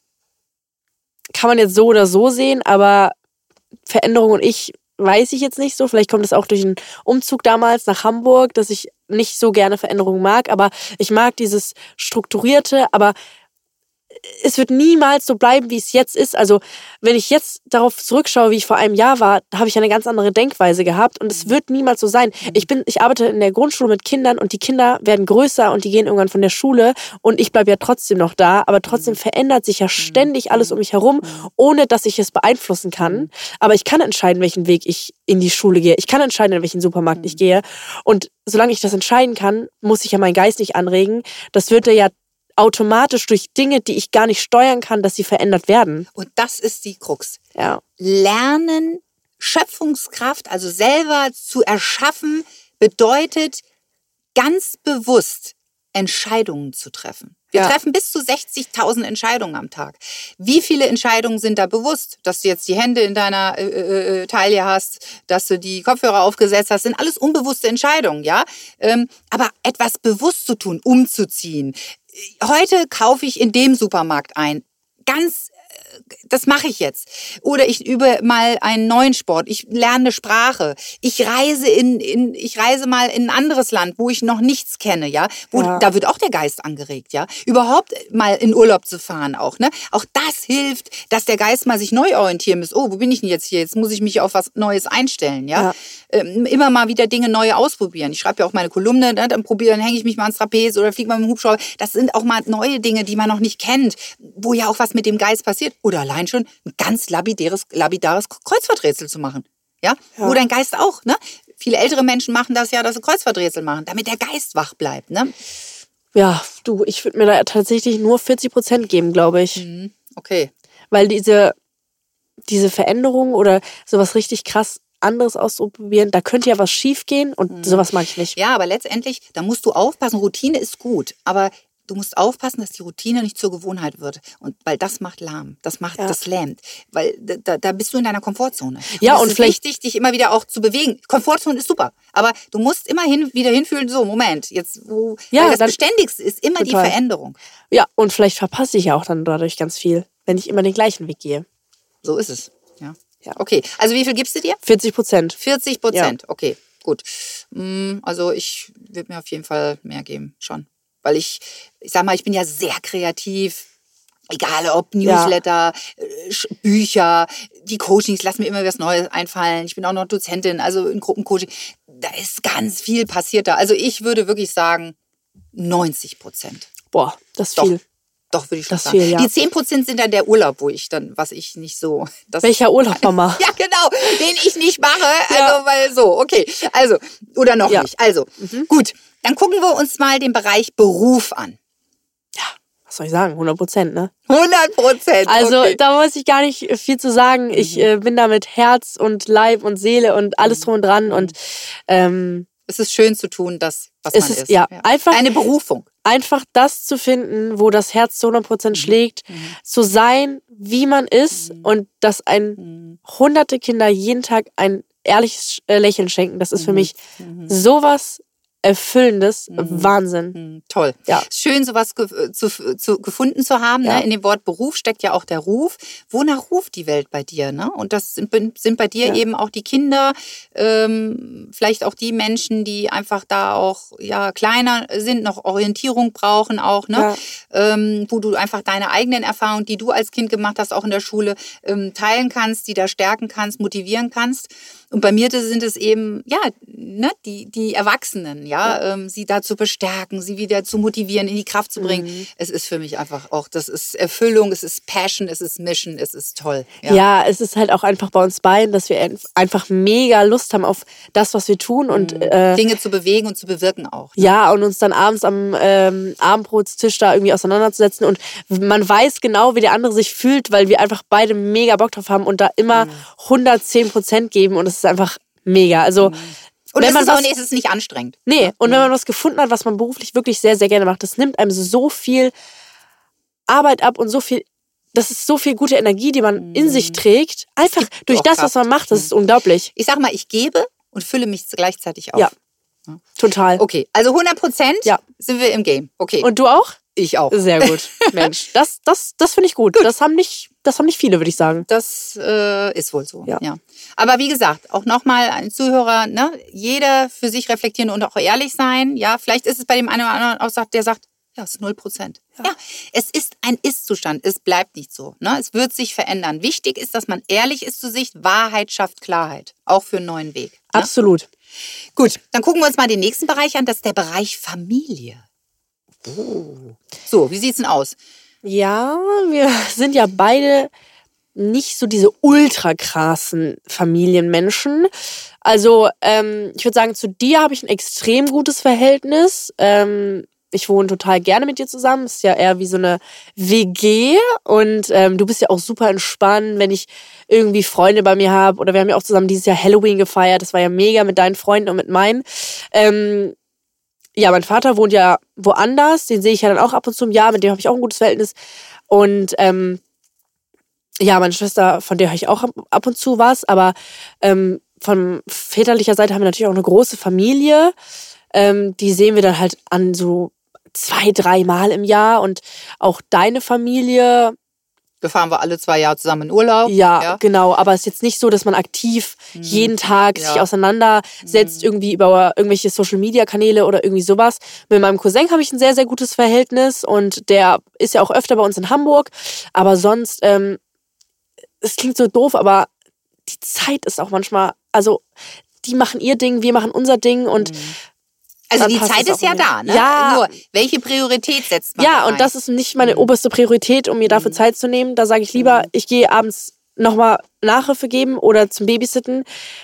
man jetzt so oder so sehen, aber Veränderung und ich weiß ich jetzt nicht so. Vielleicht kommt es auch durch einen Umzug damals nach Hamburg, dass ich nicht so gerne Veränderungen mag, aber ich mag dieses Strukturierte, aber es wird niemals so bleiben, wie es jetzt ist. Also wenn ich jetzt darauf zurückschaue, wie ich vor einem Jahr war, habe ich eine ganz andere Denkweise gehabt und es wird niemals so sein. Ich arbeite in der Grundschule mit Kindern und die Kinder werden größer und die gehen irgendwann von der Schule und ich bleibe ja trotzdem noch da, aber trotzdem verändert sich ja ständig alles um mich herum, ohne dass ich es beeinflussen kann. Aber ich kann entscheiden, welchen Weg ich in die Schule gehe. Ich kann entscheiden, in welchen Supermarkt ich gehe. Und solange ich das entscheiden kann, muss ich ja meinen Geist nicht anregen. Das wird ja automatisch durch Dinge, die ich gar nicht steuern kann, dass sie verändert werden. Und das ist die Krux. Ja. Lernen, Schöpfungskraft, also selber zu erschaffen, bedeutet ganz bewusst Entscheidungen zu treffen. Wir treffen bis zu 60.000 Entscheidungen am Tag. Wie viele Entscheidungen sind da bewusst? Dass du jetzt die Hände in deiner Taille hast, dass du die Kopfhörer aufgesetzt hast, sind alles unbewusste Entscheidungen, ja? Aber etwas bewusst zu tun, umzuziehen. Heute kaufe ich in dem Supermarkt ein. Das mache ich jetzt. Oder ich übe mal einen neuen Sport. Ich lerne eine Sprache. Ich reise mal in ein anderes Land, wo ich noch nichts kenne, ja. Da wird auch der Geist angeregt, ja. Überhaupt mal in Urlaub zu fahren auch, ne. Auch das hilft, dass der Geist mal sich neu orientieren muss. Oh, wo bin ich denn jetzt hier? Jetzt muss ich mich auf was Neues einstellen, ja. Immer mal wieder Dinge neu ausprobieren. Ich schreibe ja auch meine Kolumne, ne? Dann hänge ich mich mal ans Trapez oder fliege mal mit dem Hubschrauber. Das sind auch mal neue Dinge, die man noch nicht kennt, wo ja auch was mit dem Geist passiert. Oder allein schon ein ganz lapidares Kreuzworträtsel zu machen. Ja? Wo dein Geist auch, ne? Viele ältere Menschen machen das ja, dass sie Kreuzworträtsel machen, damit der Geist wach bleibt, ne? Ja, ich würde mir da tatsächlich nur 40% geben, glaube ich. Okay. Weil diese Veränderung oder sowas richtig krass anderes auszuprobieren, da könnte ja was schief gehen und sowas mag ich nicht. Ja, aber letztendlich, da musst du aufpassen. Routine ist gut, aber du musst aufpassen, dass die Routine nicht zur Gewohnheit wird. Weil das macht lahm. Das lähmt. Weil da bist du in deiner Komfortzone. Ja, und und es ist vielleicht wichtig, dich immer wieder auch zu bewegen. Komfortzone ist super. Aber du musst immer wieder hinfühlen, so, Moment, jetzt, weil das Beständigste ist immer die Veränderung. Ja, und vielleicht verpasse ich ja auch dann dadurch ganz viel, wenn ich immer den gleichen Weg gehe. So ist es. Ja. Okay. Also wie viel gibst du dir? 40%. 40%. Ja. Okay, gut. Also ich würde mir auf jeden Fall mehr geben, schon. Weil ich sag mal, ich bin ja sehr kreativ. Egal ob Newsletter, Bücher, die Coachings, lass mir immer was Neues einfallen. Ich bin auch noch Dozentin, also in Gruppencoaching. da ist ganz viel passiert da. Also ich würde wirklich sagen 90%. Boah, das ist Doch. viel. Doch, würde ich schon Das sagen. viel, ja. Die 10% sind dann der Urlaub, was ich nicht so... Welcher Urlaub, Mama? Ja, genau, den ich nicht mache. Also, weil so, okay. Also, oder noch nicht. Also, gut. Dann gucken wir uns mal den Bereich Beruf an. Ja, was soll ich sagen? 100%, ne? 100%. Also okay. da muss ich gar nicht viel zu sagen. Ich bin da mit Herz und Leib und Seele und alles drum und dran. Und es ist schön zu tun, was man ist. Ja, einfach eine Berufung. Einfach das zu finden, wo das Herz zu 100% schlägt, zu sein, wie man ist und dass hunderte Kinder jeden Tag ein ehrliches Lächeln schenken. Das ist für mich sowas Erfüllendes. Wahnsinn. Toll. Ja. Schön, sowas gefunden zu haben. Ja. Ne? In dem Wort Beruf steckt ja auch der Ruf. Wonach ruft die Welt bei dir? Ne? Und das sind bei dir eben auch die Kinder, vielleicht auch die Menschen, die einfach da auch kleiner sind, noch Orientierung brauchen auch, ne? Wo du einfach deine eigenen Erfahrungen, die du als Kind gemacht hast, auch in der Schule, teilen kannst, die da stärken kannst, motivieren kannst. Und bei mir sind es eben, die Erwachsenen, sie da zu bestärken, sie wieder zu motivieren, in die Kraft zu bringen. Es ist für mich einfach auch, das ist Erfüllung, es ist Passion, es ist Mission, es ist toll. Ja, es ist halt auch einfach bei uns beiden, dass wir einfach mega Lust haben auf das, was wir tun und Dinge zu bewegen und zu bewirken auch. Ne? Ja, und uns dann abends am Abendbrotstisch da irgendwie auseinanderzusetzen und man weiß genau, wie der andere sich fühlt, weil wir einfach beide mega Bock drauf haben und da immer 110% geben und es ist einfach mega. Also und es ist nicht anstrengend. Nee, und wenn man was gefunden hat, was man beruflich wirklich sehr, sehr gerne macht, das nimmt einem so viel Arbeit ab und das ist so viel gute Energie, die man in sich trägt. Einfach durch das, was man macht, das ist unglaublich. Ich sag mal, ich gebe und fülle mich gleichzeitig auf. Ja, total. Okay, also 100% sind wir im Game. Okay. Und du auch? Ich auch. Sehr gut. Mensch, das finde ich gut. Das haben nicht viele, würde ich sagen. Das ist wohl so, ja. Aber wie gesagt, auch nochmal ein Zuhörer, ne? Jeder für sich reflektieren und auch ehrlich sein. Ja, vielleicht ist es bei dem einen oder anderen auch, der sagt, ja, es ist 0%. Ja, es ist ein Ist-Zustand. Es bleibt nicht so. Ne? Es wird sich verändern. Wichtig ist, dass man ehrlich ist zu sich. Wahrheit schafft Klarheit. Auch für einen neuen Weg. Ne? Absolut. Gut, dann gucken wir uns mal den nächsten Bereich an. Das ist der Bereich Familie. So, wie sieht's denn aus? Ja, wir sind ja beide nicht so diese ultra krassen Familienmenschen. Also ich würde sagen, zu dir habe ich ein extrem gutes Verhältnis. Ich wohne total gerne mit dir zusammen. Ist ja eher wie so eine WG. Und du bist ja auch super entspannt, wenn ich irgendwie Freunde bei mir habe. Oder wir haben ja auch zusammen dieses Jahr Halloween gefeiert. Das war ja mega mit deinen Freunden und mit meinen. Ja, mein Vater wohnt ja woanders. Den sehe ich ja dann auch ab und zu im Jahr. Mit dem habe ich auch ein gutes Verhältnis. Und meine Schwester, von der höre ich auch ab und zu was. Aber von väterlicher Seite haben wir natürlich auch eine große Familie. Die sehen wir dann halt an so 2-3 Mal im Jahr. Und auch deine Familie. Da fahren wir alle 2 Jahre zusammen in Urlaub. Ja, genau. Aber es ist jetzt nicht so, dass man aktiv jeden Tag sich auseinandersetzt, irgendwie über irgendwelche Social-Media-Kanäle oder irgendwie sowas. Mit meinem Cousin habe ich ein sehr, sehr gutes Verhältnis und der ist ja auch öfter bei uns in Hamburg. Aber sonst, es klingt so doof, aber die Zeit ist auch manchmal, also die machen ihr Ding, wir machen unser Ding und also die Zeit ist ja da, ne? Ja. Nur, welche Priorität setzt man Ja, rein? und das ist nicht meine oberste Priorität, um mir dafür Zeit zu nehmen. Da sage ich lieber, ich gehe abends nochmal Nachhilfe geben oder zum Babysitten.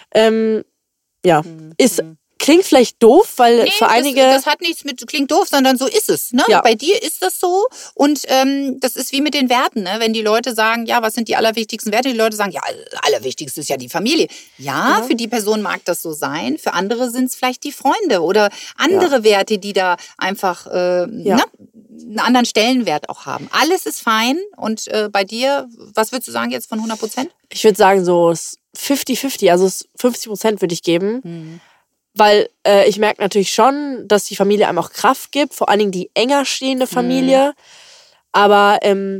Klingt vielleicht doof, weil für einige... Das hat nichts mit klingt doof, sondern so ist es. Ne? Ja. Bei dir ist das so und das ist wie mit den Werten. Ne? Wenn die Leute sagen, ja, was sind die allerwichtigsten Werte? Die Leute sagen, ja, allerwichtigste ist ja die Familie. Ja, für die Person mag das so sein. Für andere sind es vielleicht die Freunde oder andere Werte, die da einfach einen anderen Stellenwert auch haben. Alles ist fein und bei dir, was würdest du sagen jetzt von 100%? Ich würde sagen so 50-50, also 50% würde ich geben. Weil ich merke natürlich schon, dass die Familie einem auch Kraft gibt, vor allen Dingen die enger stehende Familie. Aber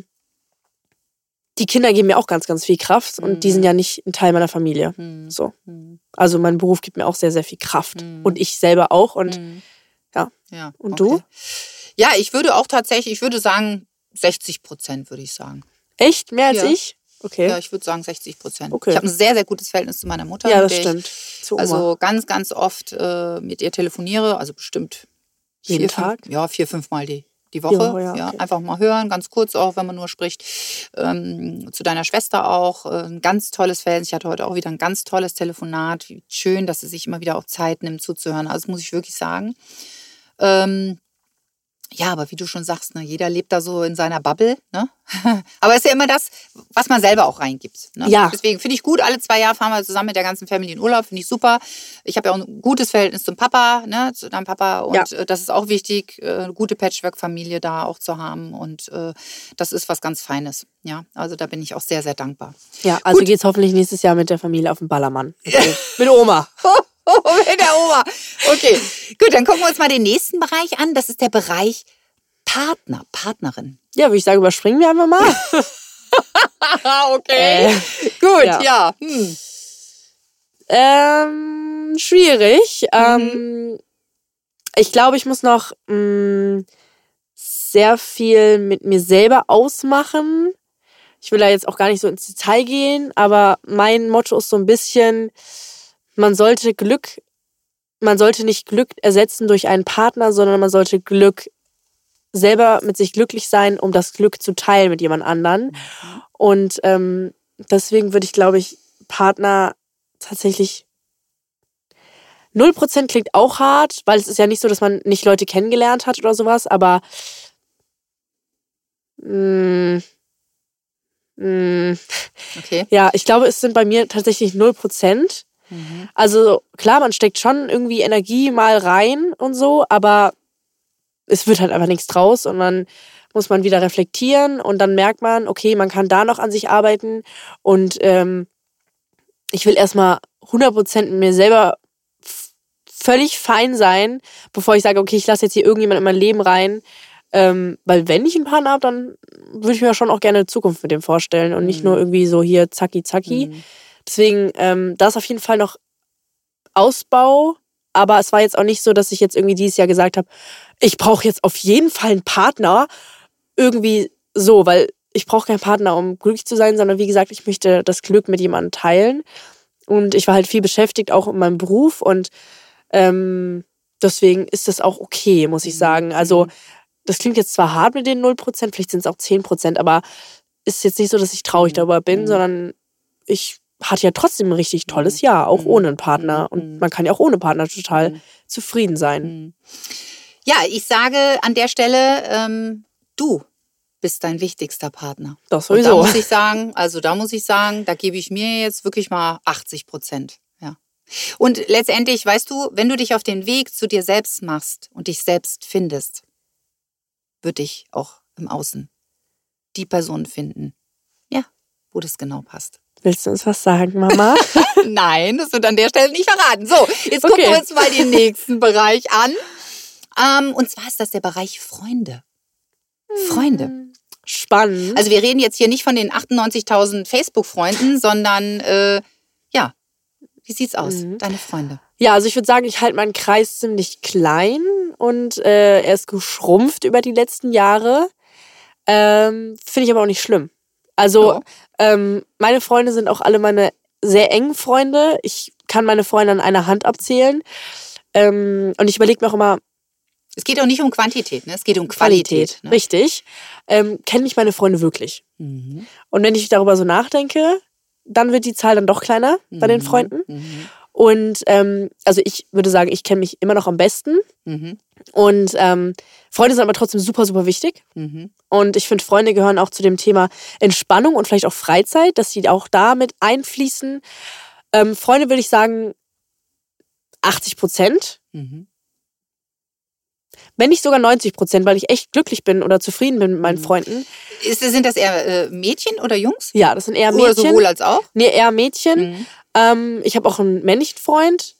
die Kinder geben mir auch ganz, ganz viel Kraft und die sind ja nicht ein Teil meiner Familie. So. Also mein Beruf gibt mir auch sehr, sehr viel Kraft. Und ich selber auch. Und ja. Und du? Ja, ich würde sagen 60% würde ich sagen. Echt? Mehr als Ja. ich? Okay. Ja, ich würde sagen 60%. Okay. Ich habe ein sehr, sehr gutes Verhältnis zu meiner Mutter. Ja, das stimmt. Zu Oma. Also ganz, ganz oft mit ihr telefoniere, also bestimmt jeden Tag? 4-5 Mal die Woche. Ja, okay. Einfach mal hören, ganz kurz auch, wenn man nur spricht. Zu deiner Schwester auch. Ein ganz tolles Verhältnis. Ich hatte heute auch wieder ein ganz tolles Telefonat. Schön, dass sie sich immer wieder auch Zeit nimmt zuzuhören. Also das muss ich wirklich sagen. Ja, aber wie du schon sagst, ne, jeder lebt da so in seiner Bubble. Ne? Aber es ist ja immer das, was man selber auch reingibt. Ne? Ja. Deswegen finde ich gut, alle 2 Jahre fahren wir zusammen mit der ganzen Family in Urlaub. Finde ich super. Ich habe ja auch ein gutes Verhältnis zum Papa, ne, zu deinem Papa. Und das ist auch wichtig, eine gute Patchwork-Familie da auch zu haben. Und das ist was ganz Feines. Ja, also da bin ich auch sehr, sehr dankbar. Ja, also geht's hoffentlich nächstes Jahr mit der Familie auf den Ballermann. Okay. Mit Oma. Mit der Oma. Okay, gut, dann gucken wir uns mal den nächsten Bereich an. Das ist der Bereich Partnerin. Ja, würde ich sagen, überspringen wir einfach mal. Okay, gut, ja. Schwierig. Ich glaube, ich muss noch sehr viel mit mir selber ausmachen. Ich will da jetzt auch gar nicht so ins Detail gehen, aber mein Motto ist so ein bisschen, man sollte nicht Glück ersetzen durch einen Partner, sondern man sollte selber mit sich glücklich sein, um das Glück zu teilen mit jemand anderen. Und deswegen würde ich, glaube ich, Partner tatsächlich 0% klingt auch hart, weil es ist ja nicht so, dass man nicht Leute kennengelernt hat oder sowas, aber okay. Ja, ich glaube, es sind bei mir tatsächlich 0%. Also klar, man steckt schon irgendwie Energie mal rein und so, aber es wird halt einfach nichts draus und dann muss man wieder reflektieren und dann merkt man, okay, man kann da noch an sich arbeiten und ich will erstmal 100% mit mir selber völlig fein sein, bevor ich sage, okay, ich lasse jetzt hier irgendjemand in mein Leben rein, weil wenn ich einen Partner habe, dann würde ich mir schon auch gerne eine Zukunft mit dem vorstellen und nicht nur irgendwie so hier zacki zacki. Deswegen, da ist auf jeden Fall noch Ausbau, aber es war jetzt auch nicht so, dass ich jetzt irgendwie dieses Jahr gesagt habe, ich brauche jetzt auf jeden Fall einen Partner, irgendwie so, weil ich brauche keinen Partner, um glücklich zu sein, sondern wie gesagt, ich möchte das Glück mit jemandem teilen und ich war halt viel beschäftigt, auch in meinem Beruf und deswegen ist das auch okay, muss ich sagen. Also das klingt jetzt zwar hart mit den 0%, vielleicht sind es auch 10%, aber ist jetzt nicht so, dass ich traurig darüber bin, sondern ich hatte ja trotzdem ein richtig tolles Jahr, auch ohne einen Partner. Und man kann ja auch ohne Partner total zufrieden sein. Ja, ich sage an der Stelle, du bist dein wichtigster Partner. Das sowieso. Und da muss ich sagen, da gebe ich mir jetzt wirklich mal 80%. Ja. Und letztendlich, weißt du, wenn du dich auf den Weg zu dir selbst machst und dich selbst findest, wird dich auch im Außen die Person finden, ja, wo das genau passt. Willst du uns was sagen, Mama? Nein, das wird an der Stelle nicht verraten. So, jetzt gucken wir uns mal den nächsten Bereich an. Und zwar ist das der Bereich Freunde. Freunde. Spannend. Also wir reden jetzt hier nicht von den 98.000 Facebook-Freunden, sondern, wie sieht's aus, deine Freunde? Ja, also ich würde sagen, ich halte meinen Kreis ziemlich klein und er ist geschrumpft über die letzten Jahre. Finde ich aber auch nicht schlimm. Also meine Freunde sind auch alle meine sehr engen Freunde. Ich kann meine Freunde an einer Hand abzählen. Und ich überlege mir auch immer... Es geht auch nicht um Quantität, ne? Es geht um Qualität. Ne? Richtig. Kennen mich meine Freunde wirklich? Und wenn ich darüber so nachdenke, dann wird die Zahl dann doch kleiner bei den Freunden. Und also ich würde sagen, ich kenne mich immer noch am besten. Und Freunde sind aber trotzdem super, super wichtig. Und ich finde, Freunde gehören auch zu dem Thema Entspannung und vielleicht auch Freizeit, dass sie auch da mit einfließen. Freunde würde ich sagen 80%. Wenn nicht sogar 90%, weil ich echt glücklich bin oder zufrieden bin mit meinen Freunden. Sind das eher Mädchen oder Jungs? Ja, das sind eher Mädchen. Oder sowohl als auch? Nee, eher Mädchen. Ich habe auch einen männlichen Freund.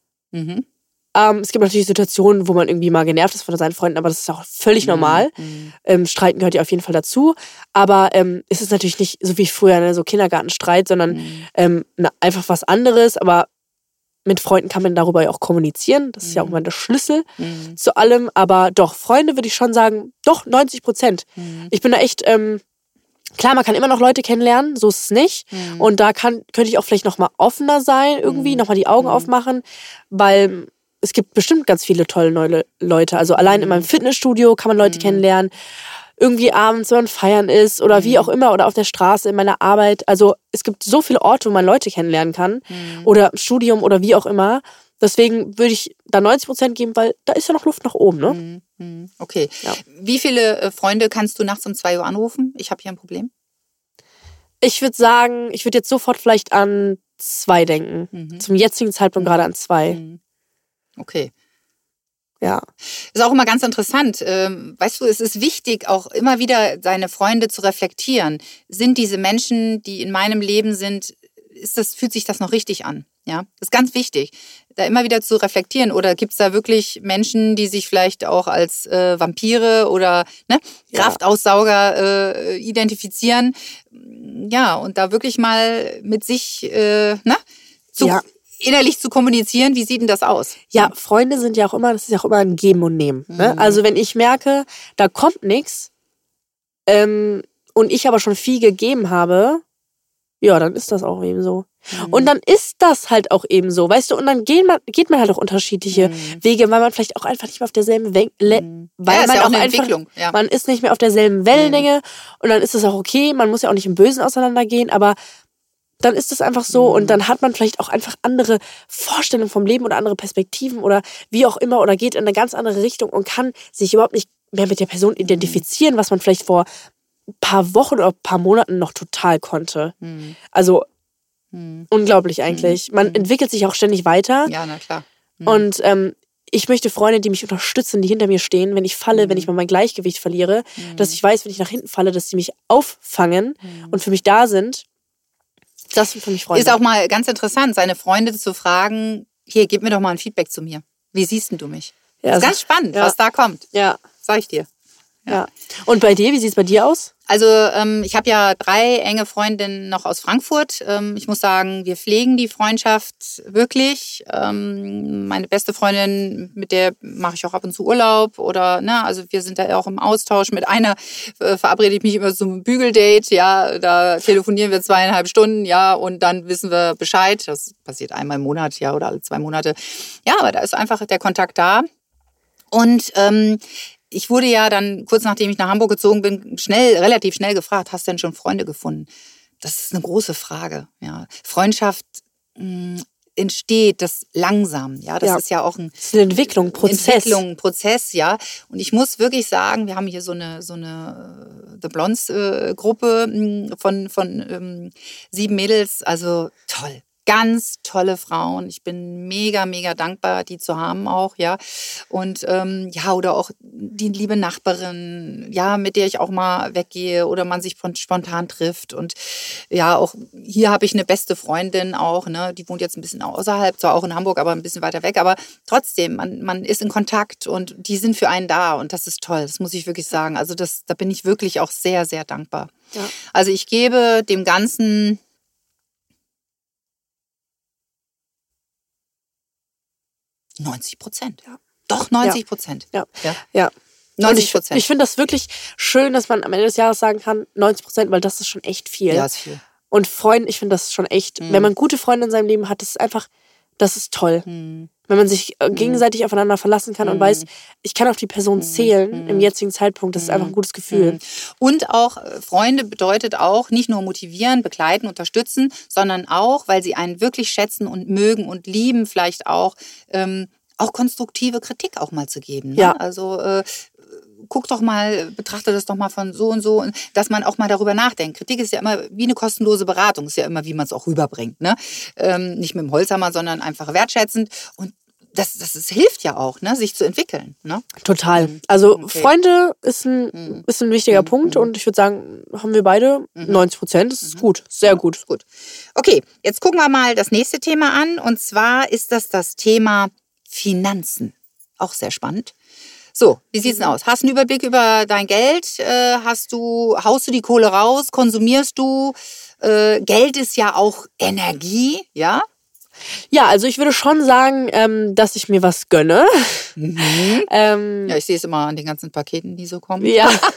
Es gibt natürlich Situationen, wo man irgendwie mal genervt ist von seinen Freunden, aber das ist auch völlig normal. Streiten gehört ja auf jeden Fall dazu. Aber es ist natürlich nicht so wie früher, ne, so Kindergartenstreit, sondern einfach was anderes. Aber mit Freunden kann man darüber ja auch kommunizieren. Das ist ja auch mal der Schlüssel zu allem. Aber doch, Freunde würde ich schon sagen, doch 90%. Ich bin da echt Klar, man kann immer noch Leute kennenlernen, so ist es nicht. Und da könnte ich auch vielleicht nochmal offener sein, irgendwie, nochmal die Augen aufmachen, weil es gibt bestimmt ganz viele tolle neue Leute. Also allein in meinem Fitnessstudio kann man Leute kennenlernen, irgendwie abends, wenn man feiern ist oder wie auch immer oder auf der Straße, in meiner Arbeit. Also es gibt so viele Orte, wo man Leute kennenlernen kann oder im Studium oder wie auch immer. Deswegen würde ich da 90% geben, weil da ist ja noch Luft nach oben, ne? Okay. Ja. Wie viele Freunde kannst du nachts um 2 Uhr anrufen? Ich habe hier ein Problem. Ich würde sagen, ich würde jetzt sofort vielleicht an 2 denken. Zum jetzigen Zeitpunkt gerade an 2. Okay. Ja. Ist auch immer ganz interessant. Weißt du, es ist wichtig, auch immer wieder seine Freunde zu reflektieren. Sind diese Menschen, die in meinem Leben sind, fühlt sich das noch richtig an? Ja, das ist ganz wichtig, da immer wieder zu reflektieren. Oder gibt es da wirklich Menschen, die sich vielleicht auch als Vampire oder Kraftaussauger identifizieren? Ja, und da wirklich mal mit sich innerlich zu kommunizieren, wie sieht denn das aus? Ja, Freunde sind ja auch immer, das ist ja auch immer ein Geben und Nehmen. Ne? Also wenn ich merke, da kommt nichts und ich aber schon viel gegeben habe, ja, dann ist das auch eben so. Und dann ist das halt auch eben so, weißt du, und dann geht man halt auch unterschiedliche Wege, weil man vielleicht auch einfach nicht mehr auf derselben man ist nicht mehr auf derselben Wellenlänge und dann ist es auch okay, man muss ja auch nicht im Bösen auseinandergehen, aber dann ist es einfach so und dann hat man vielleicht auch einfach andere Vorstellungen vom Leben oder andere Perspektiven oder wie auch immer oder geht in eine ganz andere Richtung und kann sich überhaupt nicht mehr mit der Person identifizieren, was man vielleicht vor ein paar Wochen oder ein paar Monaten noch total konnte. Also unglaublich eigentlich. Man entwickelt sich auch ständig weiter. Ja, na klar. Und ich möchte Freunde, die mich unterstützen, die hinter mir stehen, wenn ich falle, wenn ich mal mein Gleichgewicht verliere, dass ich weiß, wenn ich nach hinten falle, dass sie mich auffangen und für mich da sind. Das sind für mich Freunde. Ist auch mal ganz interessant, seine Freunde zu fragen, hier, gib mir doch mal ein Feedback zu mir. Wie siehst denn du mich? Ja, das ist ganz spannend, was da kommt. Ja. Sag ich dir. Ja. Und bei dir, wie sieht es bei dir aus? Also ich habe ja 3 enge Freundinnen noch aus Frankfurt. Ich muss sagen, wir pflegen die Freundschaft wirklich. Meine beste Freundin, mit der mache ich auch ab und zu Urlaub oder also wir sind da auch im Austausch. Mit einer verabrede ich mich immer zum Bügeldate. Ja, da telefonieren wir 2,5 Stunden, ja, und dann wissen wir Bescheid. Das passiert einmal im Monat, ja, oder alle 2 Monate. Ja, aber da ist einfach der Kontakt da. Und ich wurde ja dann, kurz nachdem ich nach Hamburg gezogen bin, relativ schnell gefragt, hast du denn schon Freunde gefunden? Das ist eine große Frage. Ja. Freundschaft entsteht das langsam. Ja, das ist ja auch eine Entwicklung, Prozess, ja. Und ich muss wirklich sagen, wir haben hier so eine The Blondes Gruppe von 7 Mädels, also toll. Ganz tolle Frauen. Ich bin mega, mega dankbar, die zu haben auch, ja. Und oder auch die liebe Nachbarin, ja, mit der ich auch mal weggehe oder man sich spontan trifft. Und ja, auch hier habe ich eine beste Freundin auch, ne, die wohnt jetzt ein bisschen außerhalb, zwar auch in Hamburg, aber ein bisschen weiter weg. Aber trotzdem, man ist in Kontakt und die sind für einen da und das ist toll. Das muss ich wirklich sagen. Also da bin ich wirklich auch sehr, sehr dankbar. Ja. Also ich gebe dem Ganzen 90%. Ja. Doch, 90%. Ja. 90%. Ich finde das wirklich schön, dass man am Ende des Jahres sagen kann, 90%, weil das ist schon echt viel. Ja, ist viel. Und Freunde, ich finde das schon echt, wenn man gute Freunde in seinem Leben hat, das ist toll. Wenn man sich gegenseitig aufeinander verlassen kann und weiß, ich kann auf die Person zählen im jetzigen Zeitpunkt, das ist einfach ein gutes Gefühl. Und auch Freunde bedeutet auch nicht nur motivieren, begleiten, unterstützen, sondern auch, weil sie einen wirklich schätzen und mögen und lieben, vielleicht auch konstruktive Kritik auch mal zu geben. Ne? Ja. Also guck doch mal, betrachte das doch mal von so und so, dass man auch mal darüber nachdenkt. Kritik ist ja immer wie eine kostenlose Beratung, ist ja immer, wie man es auch rüberbringt. Ne? Nicht mit dem Holzhammer, sondern einfach wertschätzend. Und das hilft ja auch, ne? Sich zu entwickeln. Ne? Total. Also Freunde ist ein wichtiger Punkt und ich würde sagen, haben wir beide 90%. Das ist gut, sehr gut. Gut. Okay, jetzt gucken wir mal das nächste Thema an und zwar ist das Thema Finanzen. Auch sehr spannend. So, wie sieht's denn aus? Hast du einen Überblick über dein Geld? Haust du die Kohle raus? Konsumierst du? Geld ist ja auch Energie, ja? Ja, also ich würde schon sagen, dass ich mir was gönne. Ja, ich sehe es immer an den ganzen Paketen, die so kommen. Ja.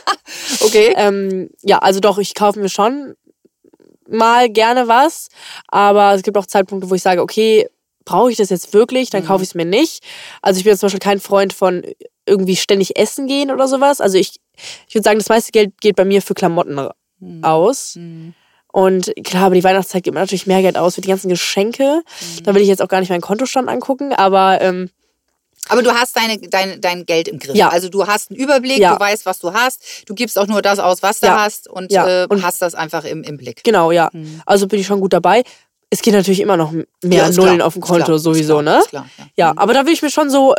Okay. Ja, also doch, ich kaufe mir schon mal gerne was, aber es gibt auch Zeitpunkte, wo ich sage, okay, brauche ich das jetzt wirklich? Dann kaufe ich es mir nicht. Also ich bin jetzt zum Beispiel kein Freund von irgendwie ständig essen gehen oder sowas. Also ich würde sagen, das meiste Geld geht bei mir für Klamotten aus. Und klar, aber die Weihnachtszeit gibt mir natürlich mehr Geld aus für die ganzen Geschenke. Da will ich jetzt auch gar nicht meinen Kontostand angucken, aber du hast dein Geld im Griff. Ja. Also du hast einen Überblick, Ja. du weißt, was du hast. Du gibst auch nur das aus, was du Ja. hast und Ja. Und hast das einfach im Blick. genau, ja. Also bin ich schon gut dabei. Es geht natürlich immer noch mehr ist Nullen klar. auf dem Ist Konto klar. sowieso, Ist klar. ne? Ist klar, ja. Ja, aber da will ich mir schon so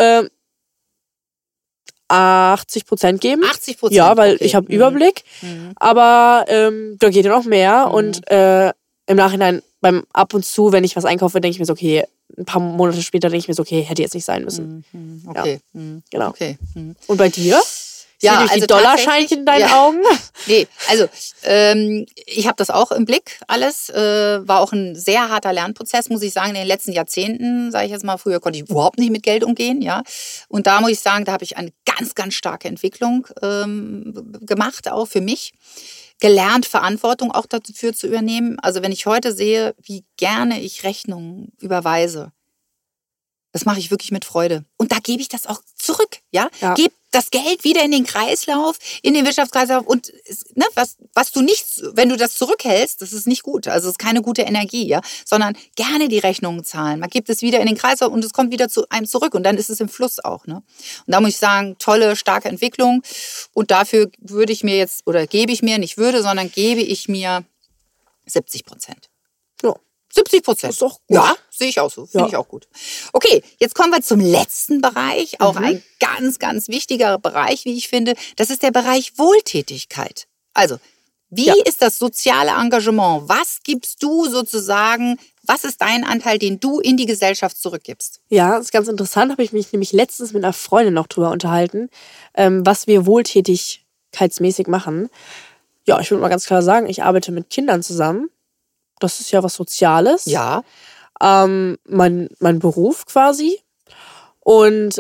80% geben. 80%? Ja, weil okay. ich habe Überblick. Aber da geht ja noch mehr. Und im Nachhinein, beim ab und zu, wenn ich was einkaufe, denke ich mir so, okay, ein paar Monate später denke ich mir so, okay, hätte jetzt nicht sein müssen. Okay. Genau. Okay. Und bei dir? Ja, Sehe ich also die Dollarscheinchen in deinen ja. Augen? Nee, also ich habe das auch im Blick alles. War auch ein sehr harter Lernprozess, muss ich sagen, in den letzten Jahrzehnten, sage ich jetzt mal. Früher konnte ich überhaupt nicht mit Geld umgehen, ja. Und da muss ich sagen, da habe ich eine ganz, ganz starke Entwicklung gemacht, auch für mich. Gelernt, Verantwortung auch dafür zu übernehmen. Also wenn ich heute sehe, wie gerne ich Rechnungen überweise, das mache ich wirklich mit Freude. Und da gebe ich das auch zurück, ja. Gebe das Geld wieder in den Kreislauf, in den Wirtschaftskreislauf. Und ne, was du nicht, wenn du das zurückhältst, das ist nicht gut. Also es ist keine gute Energie, ja. Sondern gerne die Rechnungen zahlen. Man gibt es wieder in den Kreislauf und es kommt wieder zu einem zurück. Und dann ist es im Fluss auch, ne. Und da muss ich sagen, tolle, starke Entwicklung. Und dafür würde ich mir jetzt, oder gebe ich mir, nicht würde, sondern gebe ich mir 70%. Ja. 70%. Ist doch gut. Ja, sehe ich auch so. Finde ich auch gut. Okay, jetzt kommen wir zum letzten Bereich. Auch ein ganz, ganz wichtiger Bereich, wie ich finde. Das ist der Bereich Wohltätigkeit. Also, wie ist das soziale Engagement? Was gibst du sozusagen, was ist dein Anteil, den du in die Gesellschaft zurückgibst? Ja, das ist ganz interessant. Habe ich mich nämlich letztens mit einer Freundin noch drüber unterhalten, was wir wohltätigkeitsmäßig machen. Ja, ich würde mal ganz klar sagen, ich arbeite mit Kindern zusammen. Das ist ja was Soziales. Ja. Mein Beruf quasi. Und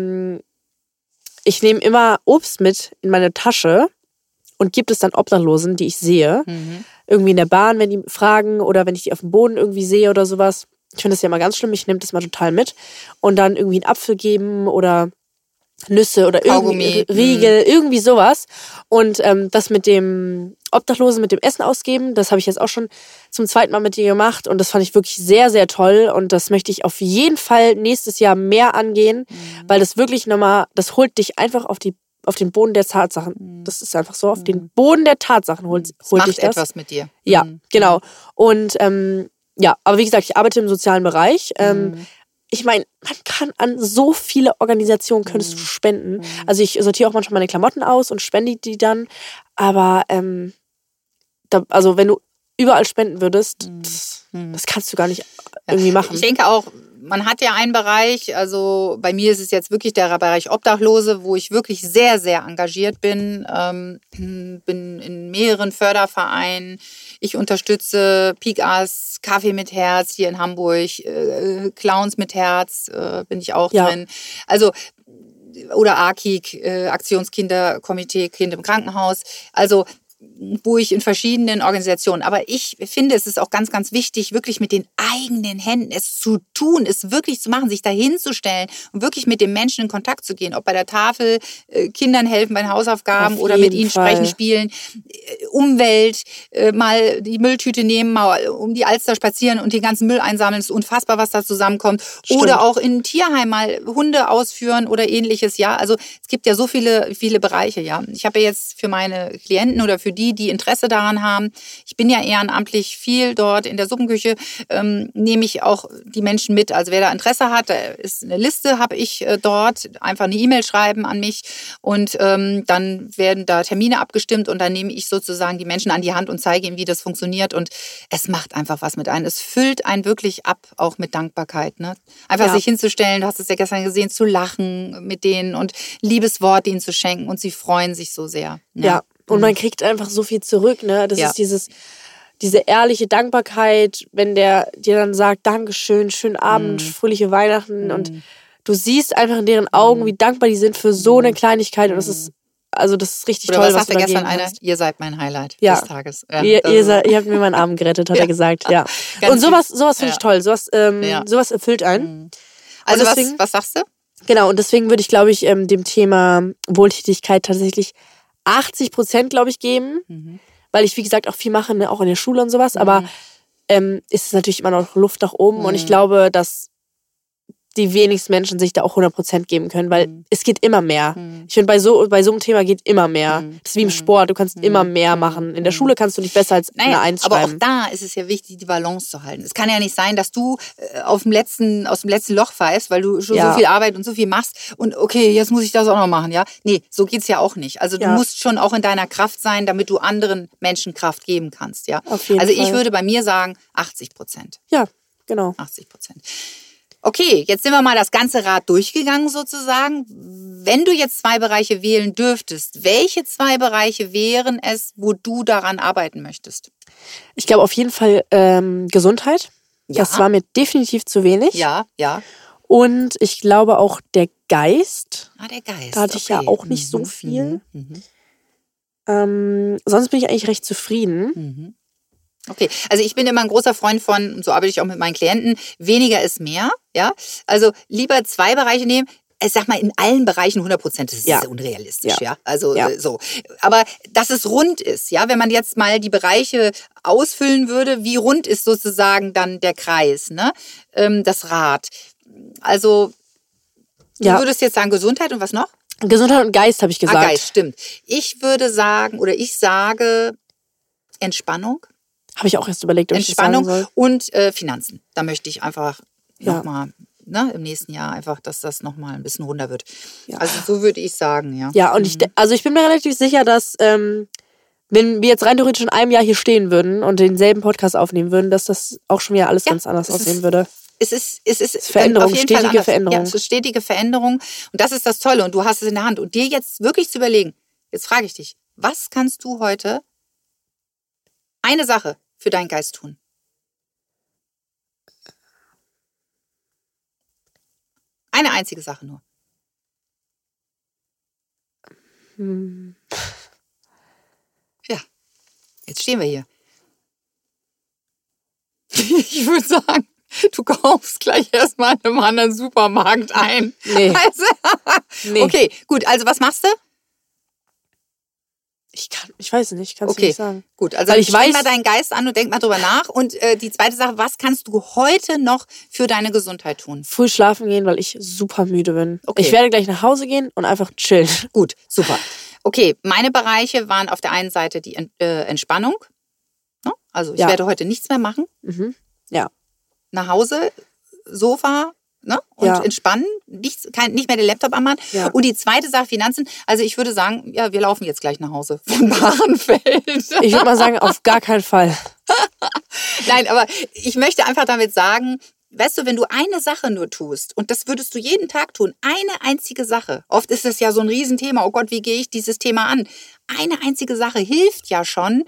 ich nehme immer Obst mit in meine Tasche und gebe es dann Obdachlosen, die ich sehe. Irgendwie in der Bahn, wenn die fragen oder wenn ich die auf dem Boden irgendwie sehe oder sowas. Ich finde das ja immer ganz schlimm. Ich nehme das mal total mit. Und dann irgendwie einen Apfel geben oder Nüsse oder irgendwie Riegel, irgendwie sowas. Und das mit dem Obdachlosen, mit dem Essen ausgeben, das habe ich jetzt auch schon zum zweiten Mal mit dir gemacht. Und das fand ich wirklich sehr, sehr toll. Und das möchte ich auf jeden Fall nächstes Jahr mehr angehen, weil das wirklich nochmal, das holt dich einfach auf den Boden der Tatsachen. Das ist einfach so, auf den Boden der Tatsachen holt dich das. Macht etwas mit dir. Ja, genau. Und ja, aber wie gesagt, ich arbeite im sozialen Bereich. Ich meine, man kann an so viele Organisationen könntest du spenden. Also ich sortiere auch manchmal meine Klamotten aus und spende die dann. Aber also wenn du überall spenden würdest, das kannst du gar nicht irgendwie machen. Ich denke auch, man hat ja einen Bereich, also bei mir ist es jetzt wirklich der Bereich Obdachlose, wo ich wirklich sehr, sehr engagiert bin. Bin in mehreren Fördervereinen. Ich unterstütze Pikas, Kaffee mit Herz hier in Hamburg, Clowns mit Herz bin ich auch drin. Also oder AKIK, Aktionskinderkomitee, Kind im Krankenhaus. Also wo ich in verschiedenen Organisationen, aber ich finde, es ist auch ganz, ganz wichtig, wirklich mit den eigenen Händen es zu tun, es wirklich zu machen, sich dahin zu stellen und wirklich mit dem Menschen in Kontakt zu gehen, ob bei der Tafel, Kindern helfen bei den Hausaufgaben oder mit ihnen sprechen, spielen, Umwelt, mal die Mülltüte nehmen, mal um die Alster spazieren und den ganzen Müll einsammeln, es ist unfassbar, was da zusammenkommt. Stimmt. Oder auch in ein Tierheim mal Hunde ausführen oder ähnliches, ja, also es gibt ja so viele, viele Bereiche, ja. Ich habe ja jetzt für meine Klienten oder für die Interesse daran haben. Ich bin ja ehrenamtlich viel dort in der Suppenküche, nehme ich auch die Menschen mit. Also wer da Interesse hat, da ist eine Liste, habe ich dort. Einfach eine E-Mail schreiben an mich und dann werden da Termine abgestimmt und dann nehme ich sozusagen die Menschen an die Hand und zeige ihnen, wie das funktioniert und es macht einfach was mit einem. Es füllt einen wirklich ab, auch mit Dankbarkeit. Ne? Einfach sich hinzustellen, du hast es ja gestern gesehen, zu lachen mit denen und Liebeswort ihnen zu schenken und sie freuen sich so sehr. Ne? Ja. Und man kriegt einfach so viel zurück, ne? Das ist diese ehrliche Dankbarkeit, wenn der dir dann sagt, Dankeschön, schönen Abend, fröhliche Weihnachten und du siehst einfach in deren Augen, wie dankbar die sind für so eine Kleinigkeit und das ist also das ist richtig Oder toll, was was sagte du da gestern geben einer? kannst. Ihr seid mein Highlight Ja. des Tages. Ja, Ihr habt mir meinen Abend gerettet, hat er gesagt, ja. Ganz Und sowas finde ich toll, sowas erfüllt einen. Also deswegen, was sagst du? Genau, und deswegen würde ich, glaube ich, dem Thema Wohltätigkeit tatsächlich 80%, glaube ich, geben. Weil ich, wie gesagt, auch viel mache, ne, auch in der Schule und sowas. Aber ist es natürlich immer noch Luft nach oben. Und ich glaube, dass die wenigsten Menschen sich da auch 100% geben können, weil es geht immer mehr. Ich finde, bei so einem Thema geht immer mehr. Das ist wie im Sport, du kannst immer mehr machen. In der Schule kannst du nicht besser als eine 1 aber schreiben. auch da ist es ja wichtig, die Balance zu halten. Es kann ja nicht sein, dass du aus dem letzten Loch pfeifst, weil du schon so viel Arbeit und so viel machst und okay, jetzt muss ich das auch noch machen, ja? Nee, so geht's ja auch nicht. Also du musst schon auch in deiner Kraft sein, damit du anderen Menschen Kraft geben kannst, ja? Auf jeden also Fall. Ich würde bei mir sagen 80%. Ja, genau. 80%. Okay, jetzt sind wir mal das ganze Rad durchgegangen sozusagen. Wenn du jetzt 2 Bereiche wählen dürftest, welche 2 Bereiche wären es, wo du daran arbeiten möchtest? Ich glaube auf jeden Fall Gesundheit. Ja. Das war mir definitiv zu wenig. Ja. Und ich glaube auch der Geist. Der Geist. Da hatte ich ja auch nicht so viel. Sonst bin ich eigentlich recht zufrieden. Okay, also ich bin immer ein großer Freund von, so arbeite ich auch mit meinen Klienten, weniger ist mehr, ja. Also lieber 2 Bereiche nehmen. Ich sag mal, in allen Bereichen 100%, das ist unrealistisch, ja. Also so. Aber dass es rund ist, ja, wenn man jetzt mal die Bereiche ausfüllen würde, wie rund ist sozusagen dann der Kreis, ne? Das Rad. Also, du würdest jetzt sagen Gesundheit und was noch? Gesundheit und Geist, habe ich gesagt. Geist, stimmt. Ich würde sagen, oder ich sage Entspannung. Habe ich auch erst überlegt, ob Entspannung ich das sagen soll. und Finanzen. Da möchte ich einfach nochmal, ne, im nächsten Jahr einfach, dass das nochmal ein bisschen runder wird. Ja. Also so würde ich sagen, ja. Ja, und ich bin mir relativ sicher, dass wenn wir jetzt rein theoretisch in einem Jahr hier stehen würden und denselben Podcast aufnehmen würden, dass das auch schon wieder alles ganz anders aussehen würde. Es ist Veränderung, auf jeden Fall stetige Veränderung. Ja, es ist stetige Veränderung. Und das ist das Tolle. Und du hast es in der Hand. Und dir jetzt wirklich zu überlegen, jetzt frage ich dich, was kannst du heute eine Sache für deinen Geist tun? Eine einzige Sache nur. Ja, jetzt stehen wir hier. Ich würde sagen, du kaufst gleich erstmal in einem anderen Supermarkt ein. Nee. Nee. Okay, gut. Also was machst du? Ich weiß nicht, kannst du nicht sagen. Gut, also streng mal deinen Geist an und denk mal drüber nach. Und die zweite Sache, was kannst du heute noch für deine Gesundheit tun? Früh schlafen gehen, weil ich super müde bin. Okay. Ich werde gleich nach Hause gehen und einfach chillen. Gut, super. Okay, meine Bereiche waren auf der einen Seite die Entspannung. Also ich werde heute nichts mehr machen. Ja. Nach Hause, Sofa, ne? Und entspannen, nicht mehr den Laptop anmachen. Ja. Und die zweite Sache, Finanzen. Also ich würde sagen, ja, wir laufen jetzt gleich nach Hause von Bahrenfeld. Ich würde mal sagen, auf gar keinen Fall. Nein, aber ich möchte einfach damit sagen, weißt du, wenn du eine Sache nur tust, und das würdest du jeden Tag tun, eine einzige Sache, oft ist das ja so ein Riesenthema, oh Gott, wie gehe ich dieses Thema an? Eine einzige Sache hilft ja schon,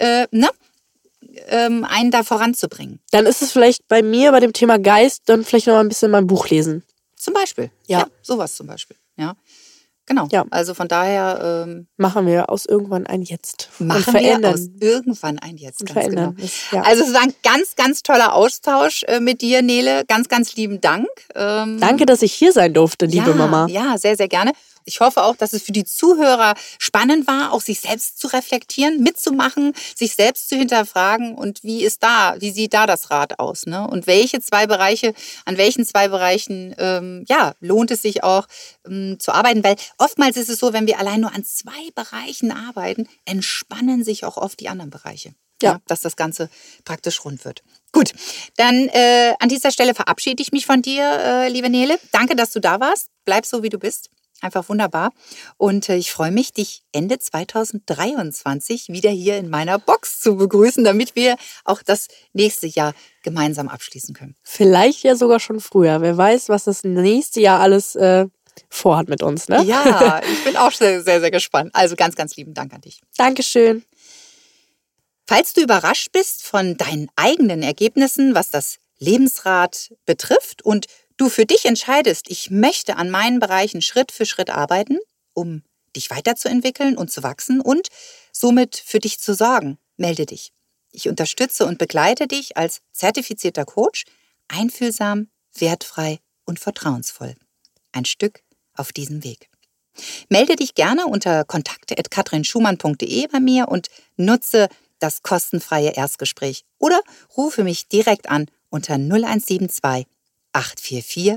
einen da voranzubringen. Dann ist es vielleicht bei mir, bei dem Thema Geist, dann vielleicht noch mal ein bisschen mein Buch lesen. Zum Beispiel. Ja, sowas zum Beispiel. Ja, genau. Ja. Also von daher... machen wir aus irgendwann ein Jetzt. Machen wir aus irgendwann ein Jetzt. Und ganz verändern. Genau. Ja. Also es war ein ganz, ganz toller Austausch mit dir, Nele. Ganz, ganz lieben Dank. Danke, dass ich hier sein durfte, liebe Mama. Ja, sehr, sehr gerne. Ich hoffe auch, dass es für die Zuhörer spannend war, auch sich selbst zu reflektieren, mitzumachen, sich selbst zu hinterfragen und wie sieht da das Rad aus, ne? Und an welchen 2 Bereichen lohnt es sich auch zu arbeiten, weil oftmals ist es so, wenn wir allein nur an 2 Bereichen arbeiten, entspannen sich auch oft die anderen Bereiche. Ja, dass das Ganze praktisch rund wird. Gut, dann an dieser Stelle verabschiede ich mich von dir, liebe Nele. Danke, dass du da warst. Bleib so, wie du bist. Einfach wunderbar. Und ich freue mich, dich Ende 2023 wieder hier in meiner Box zu begrüßen, damit wir auch das nächste Jahr gemeinsam abschließen können. Vielleicht ja sogar schon früher. Wer weiß, was das nächste Jahr alles vorhat mit uns, ne? Ja, ich bin auch sehr, sehr, sehr gespannt. Also ganz, ganz lieben Dank an dich. Dankeschön. Falls du überrascht bist von deinen eigenen Ergebnissen, was das Lebensrad betrifft und du für dich entscheidest, ich möchte an meinen Bereichen Schritt für Schritt arbeiten, um dich weiterzuentwickeln und zu wachsen und somit für dich zu sorgen. Melde dich. Ich unterstütze und begleite dich als zertifizierter Coach, einfühlsam, wertfrei und vertrauensvoll. Ein Stück auf diesem Weg. Melde dich gerne unter kontakt@katrinschumann.de bei mir und nutze das kostenfreie Erstgespräch oder rufe mich direkt an unter 0172 844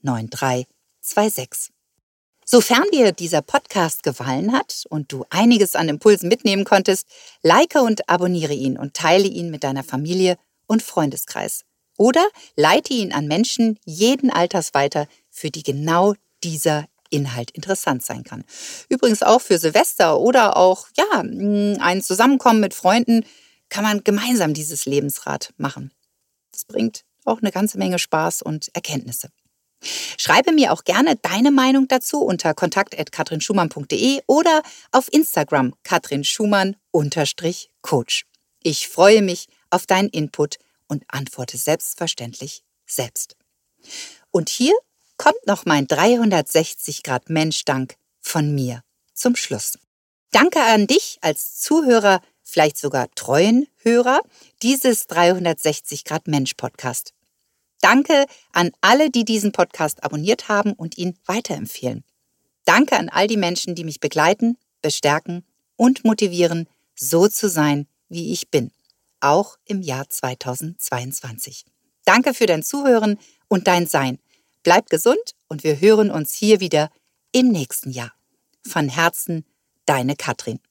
9326. Sofern dir dieser Podcast gefallen hat und du einiges an Impulsen mitnehmen konntest, like und abonniere ihn und teile ihn mit deiner Familie und Freundeskreis. Oder leite ihn an Menschen jeden Alters weiter, für die genau dieser Inhalt interessant sein kann. Übrigens auch für Silvester oder auch ein Zusammenkommen mit Freunden kann man gemeinsam dieses Lebensrad machen. Das bringt auch eine ganze Menge Spaß und Erkenntnisse. Schreibe mir auch gerne deine Meinung dazu unter kontakt@katrinschumann.de oder auf Instagram katrinschumann_coach. Ich freue mich auf deinen Input und antworte selbstverständlich selbst. Und hier kommt noch mein 360-Grad-Mensch-Dank von mir zum Schluss. Danke an dich als Zuhörer, vielleicht sogar treuen Hörer dieses 360-Grad-Mensch-Podcast. Danke an alle, die diesen Podcast abonniert haben und ihn weiterempfehlen. Danke an all die Menschen, die mich begleiten, bestärken und motivieren, so zu sein, wie ich bin, auch im Jahr 2022. Danke für dein Zuhören und dein Sein. Bleib gesund und wir hören uns hier wieder im nächsten Jahr. Von Herzen, deine Katrin.